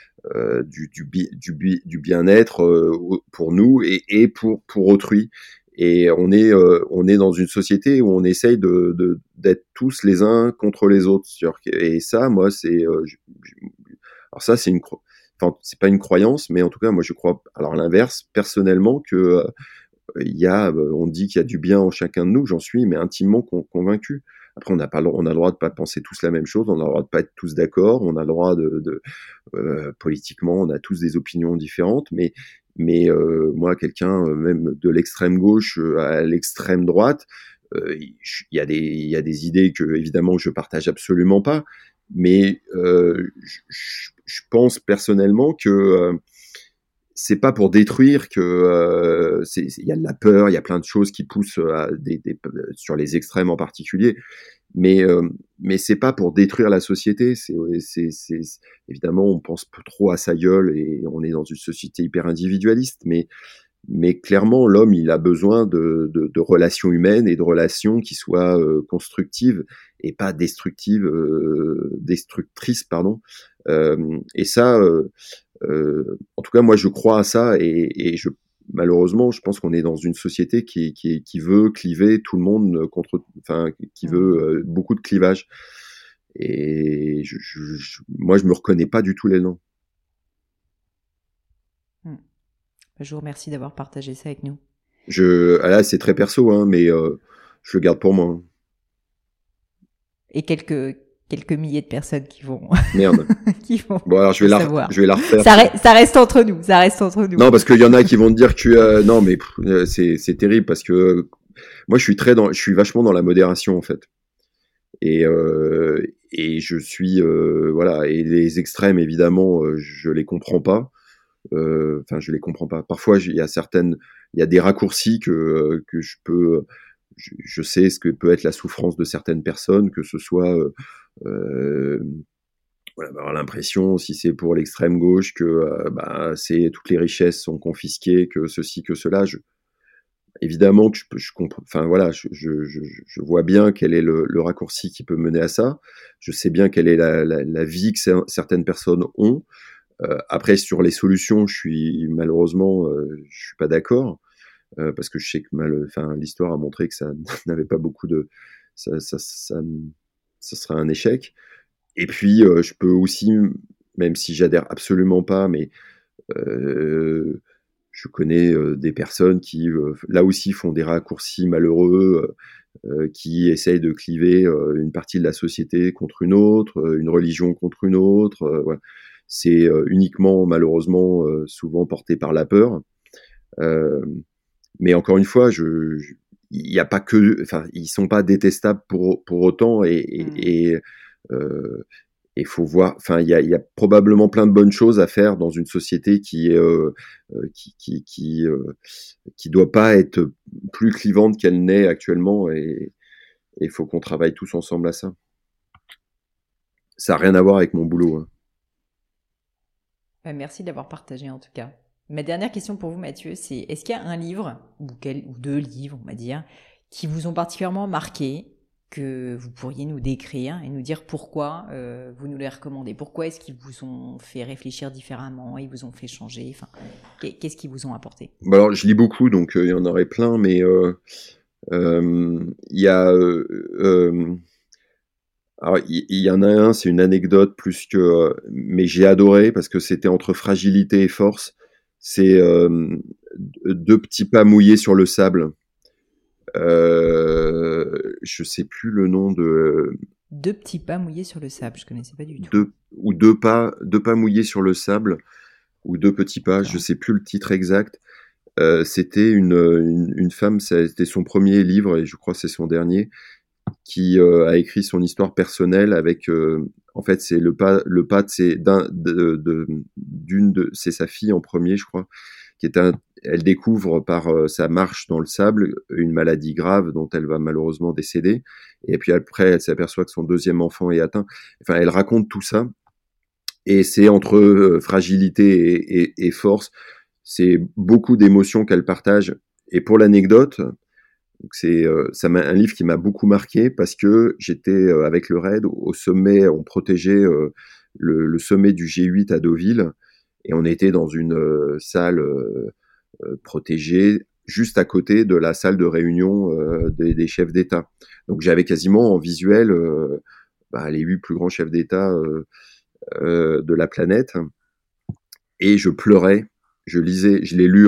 du bien-être pour nous et pour autrui. Et on est dans une société où on essaye d'être tous les uns contre les autres. Et ça, moi, alors ça, enfin, c'est pas une croyance, mais en tout cas, moi, je crois, alors à l'inverse, personnellement, que on dit qu'il y a du bien en chacun de nous, j'en suis, mais intimement convaincu. Après, on a le droit de pas penser tous la même chose, on a le droit de pas être tous d'accord, on a le droit politiquement, on a tous des opinions différentes, mais moi, quelqu'un, même de l'extrême gauche à l'extrême droite, il y a des idées que évidemment je partage absolument pas, mais je pense personnellement que c'est pas pour détruire que il y a de la peur, il y a plein de choses qui poussent sur les extrêmes en particulier, mais c'est pas pour détruire la société. C'est évidemment on pense trop à sa gueule et on est dans une société hyper individualiste, mais clairement l'homme il a besoin de relations humaines et de relations qui soient constructives et pas destructrices pardon. Et ça en tout cas, moi, je crois à ça et malheureusement, je pense qu'on est dans une société qui veut cliver tout le monde qui veut beaucoup de clivage. Et moi, je me reconnais pas du tout là-dedans. Je vous remercie d'avoir partagé ça avec nous. Là, c'est très perso, hein, mais je le garde pour moi. Et quelques milliers de personnes qui vont... Merde. Bon, alors je vais la refaire. Ça reste entre nous, Non, parce qu'il y en a qui vont te dire que non, mais c'est terrible parce que moi je suis vachement dans la modération en fait. Et je suis voilà, et les extrêmes évidemment, je les comprends pas. Enfin, je les comprends pas. Parfois, il y a des raccourcis que je peux je sais ce que peut être la souffrance de certaines personnes, que ce soit voilà, avoir l'impression, si c'est pour l'extrême gauche, que c'est toutes les richesses sont confisquées, que ceci, que cela. Évidemment que je comprends. Enfin voilà, je vois bien quel est le raccourci qui peut mener à ça. Je sais bien quelle est la vie que certaines personnes ont. Après, sur les solutions, malheureusement, je suis pas d'accord. Parce que je sais que l'histoire a montré que ça n'avait pas beaucoup de, ça serait un échec. Et puis, je peux aussi, même si j'adhère absolument pas, mais euh, je connais des personnes qui, là aussi, font des raccourcis malheureux, qui essayent de cliver une partie de la société contre une autre, une religion contre une autre. Voilà. C'est uniquement, malheureusement, souvent porté par la peur. Euh, mais encore une fois, il n'y a pas que, enfin, ils sont pas détestables pour autant, et faut voir. Enfin, il y a probablement plein de bonnes choses à faire dans une société qui est qui doit pas être plus clivante qu'elle n'est actuellement, et il faut qu'on travaille tous ensemble à ça. Ça a rien à voir avec mon boulot, hein. Merci d'avoir partagé en tout cas. Ma dernière question pour vous, Mathieu, c'est est-ce qu'il y a un livre, ou deux livres, on va dire, qui vous ont particulièrement marqué, que vous pourriez nous décrire et nous dire pourquoi vous nous les recommandez? Pourquoi est-ce qu'ils vous ont fait réfléchir différemment, ils vous ont fait changer? Enfin, qu'est-ce qu'ils vous ont apporté? Bon, alors, je lis beaucoup, donc il y en aurait plein, mais il y a alors, il y en a un, c'est une anecdote plus que, mais j'ai adoré parce que c'était entre fragilité et force. C'est deux petits pas mouillés sur le sable. Je sais plus le nom de Deux petits pas mouillés sur le sable, je connaissais pas du tout. deux pas mouillés sur le sable, ou deux petits pas. Je D'accord. sais plus le titre exact. C'était une femme, c'était son premier livre et je crois que c'est son dernier, qui a écrit son histoire personnelle avec en fait c'est le pas de d'une de c'est sa fille en premier, je crois, qui est elle découvre par sa marche dans le sable une maladie grave dont elle va malheureusement décéder, et puis après elle s'aperçoit que son deuxième enfant est atteint. Enfin, elle raconte tout ça, et c'est entre fragilité et force. C'est beaucoup d'émotions qu'elle partage. Et pour l'anecdote, donc c'est un livre qui m'a beaucoup marqué parce que j'étais avec le RAID au sommet, on protégeait le sommet du G8 à Deauville, et on était dans une salle protégée juste à côté de la salle de réunion des chefs d'État. Donc j'avais quasiment en visuel les 8 plus grands chefs d'État de la planète, et je pleurais. Je lisais, je l'ai lu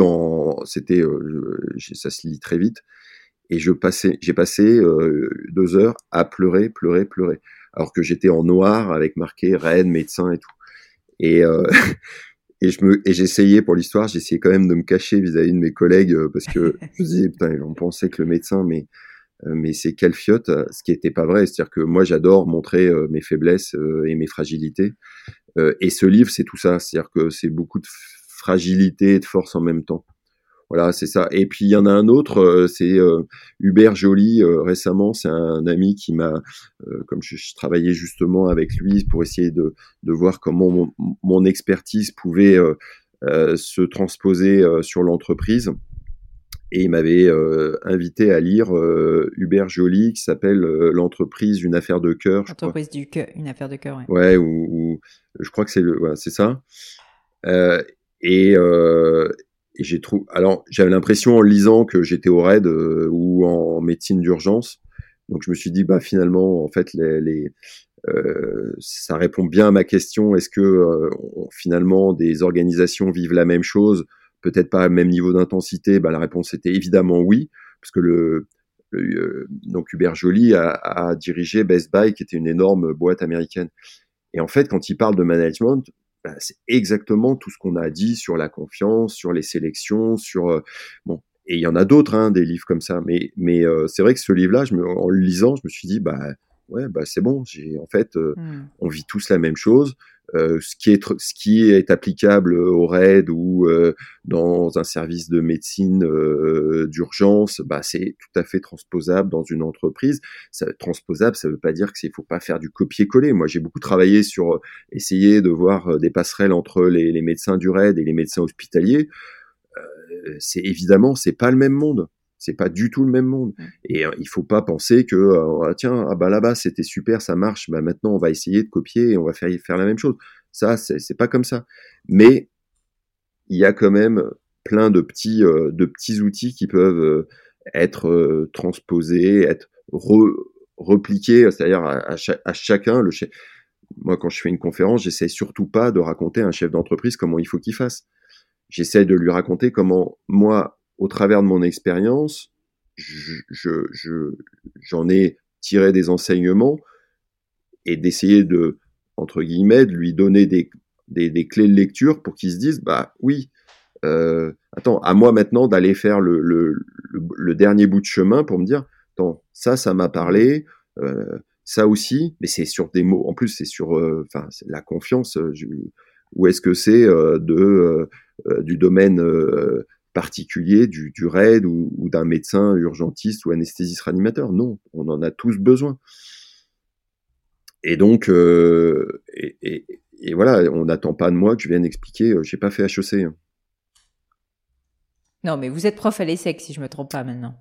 ça se lit très vite. Et j'ai passé 2 heures à pleurer, pleurer, pleurer, alors que j'étais en noir avec marqué Rennes, médecin et tout. Et et j'essayais pour l'histoire, j'essayais quand même de me cacher vis-à-vis de mes collègues, parce que je me disais putain, ils vont penser que le médecin, mais c'est quelle fiotte, ce qui était pas vrai. C'est-à-dire que moi j'adore montrer mes faiblesses et mes fragilités. Et ce livre, c'est tout ça. C'est-à-dire que c'est beaucoup de fragilité et de force en même temps. Voilà, c'est ça. Et puis il y en a un autre, c'est Hubert Joly. Récemment, c'est un ami qui m'a, comme je travaillais justement avec lui pour essayer de voir comment mon expertise pouvait se transposer sur l'entreprise. Et il m'avait invité à lire Hubert Joly, qui s'appelle L'entreprise, une affaire de cœur, je crois. Entreprise du cœur, une affaire de cœur, ouais. Ouais, ou je crois que c'est ça. Euh, et, euh, et j'ai trouvé. Alors, j'avais l'impression en le lisant que j'étais au RAID ou en médecine d'urgence. Donc, je me suis dit, bah finalement, en fait, ça répond bien à ma question. Est-ce que finalement des organisations vivent la même chose, peut-être pas à même niveau d'intensité? Bah, la réponse était évidemment oui, parce que donc Hubert Joly a dirigé Best Buy, qui était une énorme boîte américaine. Et en fait, quand il parle de management, bah, c'est exactement tout ce qu'on a dit sur la confiance, sur les sélections, sur bon. Et il y en a d'autres, hein, des livres comme ça. Mais c'est vrai que ce livre-là, en le lisant, je me suis dit, bah ouais, bah c'est bon. On vit tous la même chose. Ce qui est applicable au RAID ou dans un service de médecine d'urgence, bah c'est tout à fait transposable dans une entreprise. Transposable, ça veut pas dire qu'il faut pas faire du copier-coller. Moi, j'ai beaucoup travaillé sur essayer de voir des passerelles entre les médecins du RAID et les médecins hospitaliers. C'est pas le même monde. C'est pas du tout le même monde. Et il faut pas penser que là-bas c'était super, ça marche, bah maintenant on va essayer de copier et on va faire la même chose. Ça c'est pas comme ça. Mais il y a quand même plein de petits outils qui peuvent être transposés, être repliqués, c'est-à-dire à chacun. Moi, quand je fais une conférence, j'essaie surtout pas de raconter à un chef d'entreprise comment il faut qu'il fasse. J'essaie de lui raconter comment moi, au travers de mon expérience, j'en ai tiré des enseignements et d'essayer de, entre guillemets, de lui donner des clés de lecture pour qu'il se dise, bah oui, attends, à moi maintenant d'aller faire le dernier bout de chemin pour me dire, attends, ça m'a parlé, ça aussi, mais c'est sur des mots, en plus c'est sur c'est la confiance, ou est-ce que c'est du domaine particulier du RAID ou d'un médecin urgentiste ou anesthésiste réanimateur? Non, on en a tous besoin. Et donc, et voilà, on n'attend pas de moi que je vienne expliquer. J'ai pas fait HEC. Non, mais vous êtes prof à l'ESSEC, si je me trompe pas maintenant.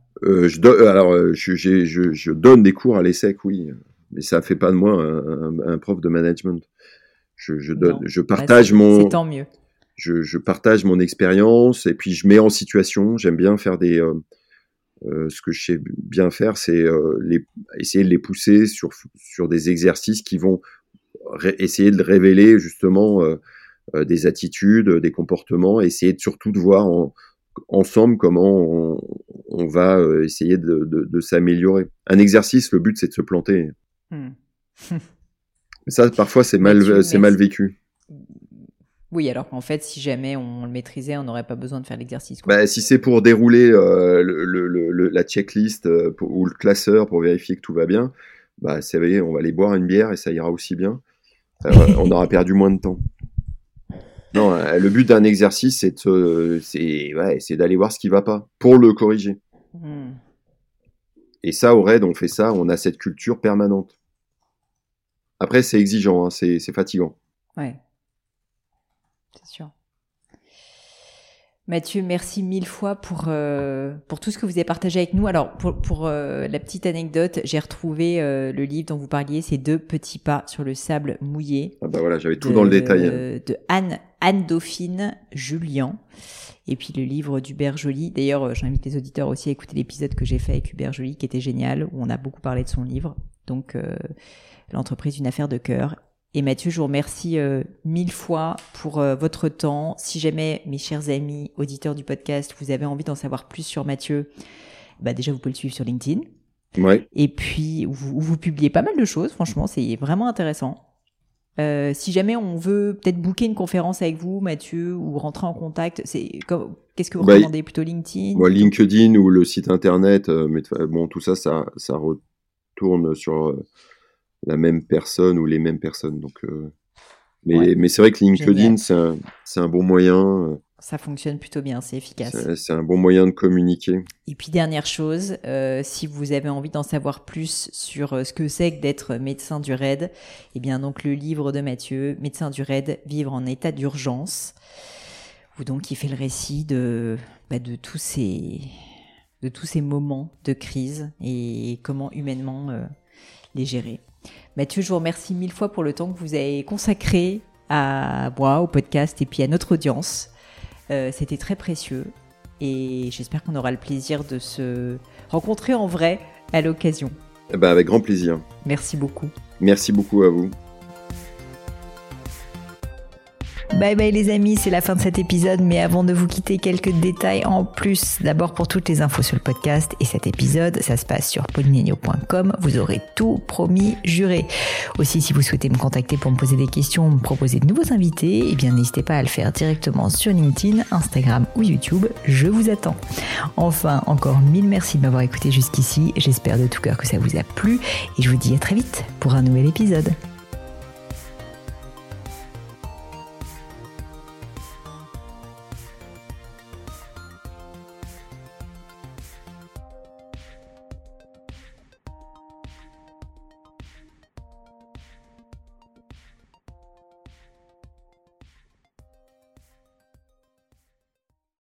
Je donne des cours à l'ESSEC, oui, mais ça fait pas de moi un prof de management. Je partage c'est tant mieux. Je partage mon expérience et puis je mets en situation. J'aime bien faire ce que je sais bien faire, c'est essayer de les pousser sur des exercices qui vont essayer de révéler justement des attitudes, des comportements, essayer surtout de voir ensemble comment on va essayer de s'améliorer. Un exercice, le but c'est de se planter. Ça, parfois, c'est mal vécu. Oui, alors qu'en fait, si jamais on le maîtrisait, on n'aurait pas besoin de faire l'exercice. Bah, si c'est pour dérouler la checklist ou le classeur pour vérifier que tout va bien, bah, ça va, on va aller boire une bière et ça ira aussi bien. On aura perdu moins de temps. Non, le but d'un exercice, c'est d'aller voir ce qui va pas pour le corriger. Et ça, au RAID, on fait ça, on a cette culture permanente. Après, c'est exigeant, hein, c'est fatigant. Ouais. C'est sûr. Mathieu, merci 1000 fois pour tout ce que vous avez partagé avec nous. Alors, pour la petite anecdote, j'ai retrouvé le livre dont vous parliez, c'est 2 petits pas sur le sable mouillé. Ah bah voilà, j'avais tout dans le détail. De Anne-Dauphine Julien. Et puis le livre d'Hubert Joly. D'ailleurs, j'invite les auditeurs aussi à écouter l'épisode que j'ai fait avec Hubert Joly, qui était génial, où on a beaucoup parlé de son livre. Donc, l'entreprise, une affaire de cœur. Et Mathieu, je vous remercie 1000 fois pour votre temps. Si jamais, mes chers amis, auditeurs du podcast, vous avez envie d'en savoir plus sur Mathieu, bah déjà, vous pouvez le suivre sur LinkedIn. Ouais. Et puis, vous publiez pas mal de choses. Franchement, c'est vraiment intéressant. Si jamais on veut peut-être booker une conférence avec vous, Mathieu, ou rentrer en contact, qu'est-ce que vous recommandez? Plutôt LinkedIn? Moi, LinkedIn ou le site internet, mais bon, tout ça retourne sur la même personne ou les mêmes personnes. Donc, mais c'est vrai que LinkedIn, c'est un bon moyen. Ça fonctionne plutôt bien, c'est efficace. C'est un bon moyen de communiquer. Et puis dernière chose, si vous avez envie d'en savoir plus sur ce que c'est que d'être médecin du RAID, eh bien donc le livre de Mathieu, Médecin du RAID, vivre en état d'urgence, où donc il fait le récit de tous ces moments de crise et comment humainement les gérer. Mathieu, je vous remercie 1000 fois pour le temps que vous avez consacré à moi, au podcast et puis à notre audience. C'était très précieux et j'espère qu'on aura le plaisir de se rencontrer en vrai à l'occasion. Avec grand plaisir. Merci beaucoup. Merci beaucoup à vous. bye bye les amis, c'est la fin de cet épisode, mais avant de vous quitter, quelques détails en plus. D'abord, pour toutes les infos sur le podcast et cet épisode, ça se passe sur paulinegno.com, vous aurez tout promis, juré. Aussi, si vous souhaitez me contacter pour me poser des questions, me proposer de nouveaux invités, eh bien n'hésitez pas à le faire directement sur LinkedIn, Instagram ou YouTube, je vous attends. Enfin, encore 1000 merci de m'avoir écouté jusqu'ici, j'espère de tout cœur que ça vous a plu et je vous dis à très vite pour un nouvel épisode.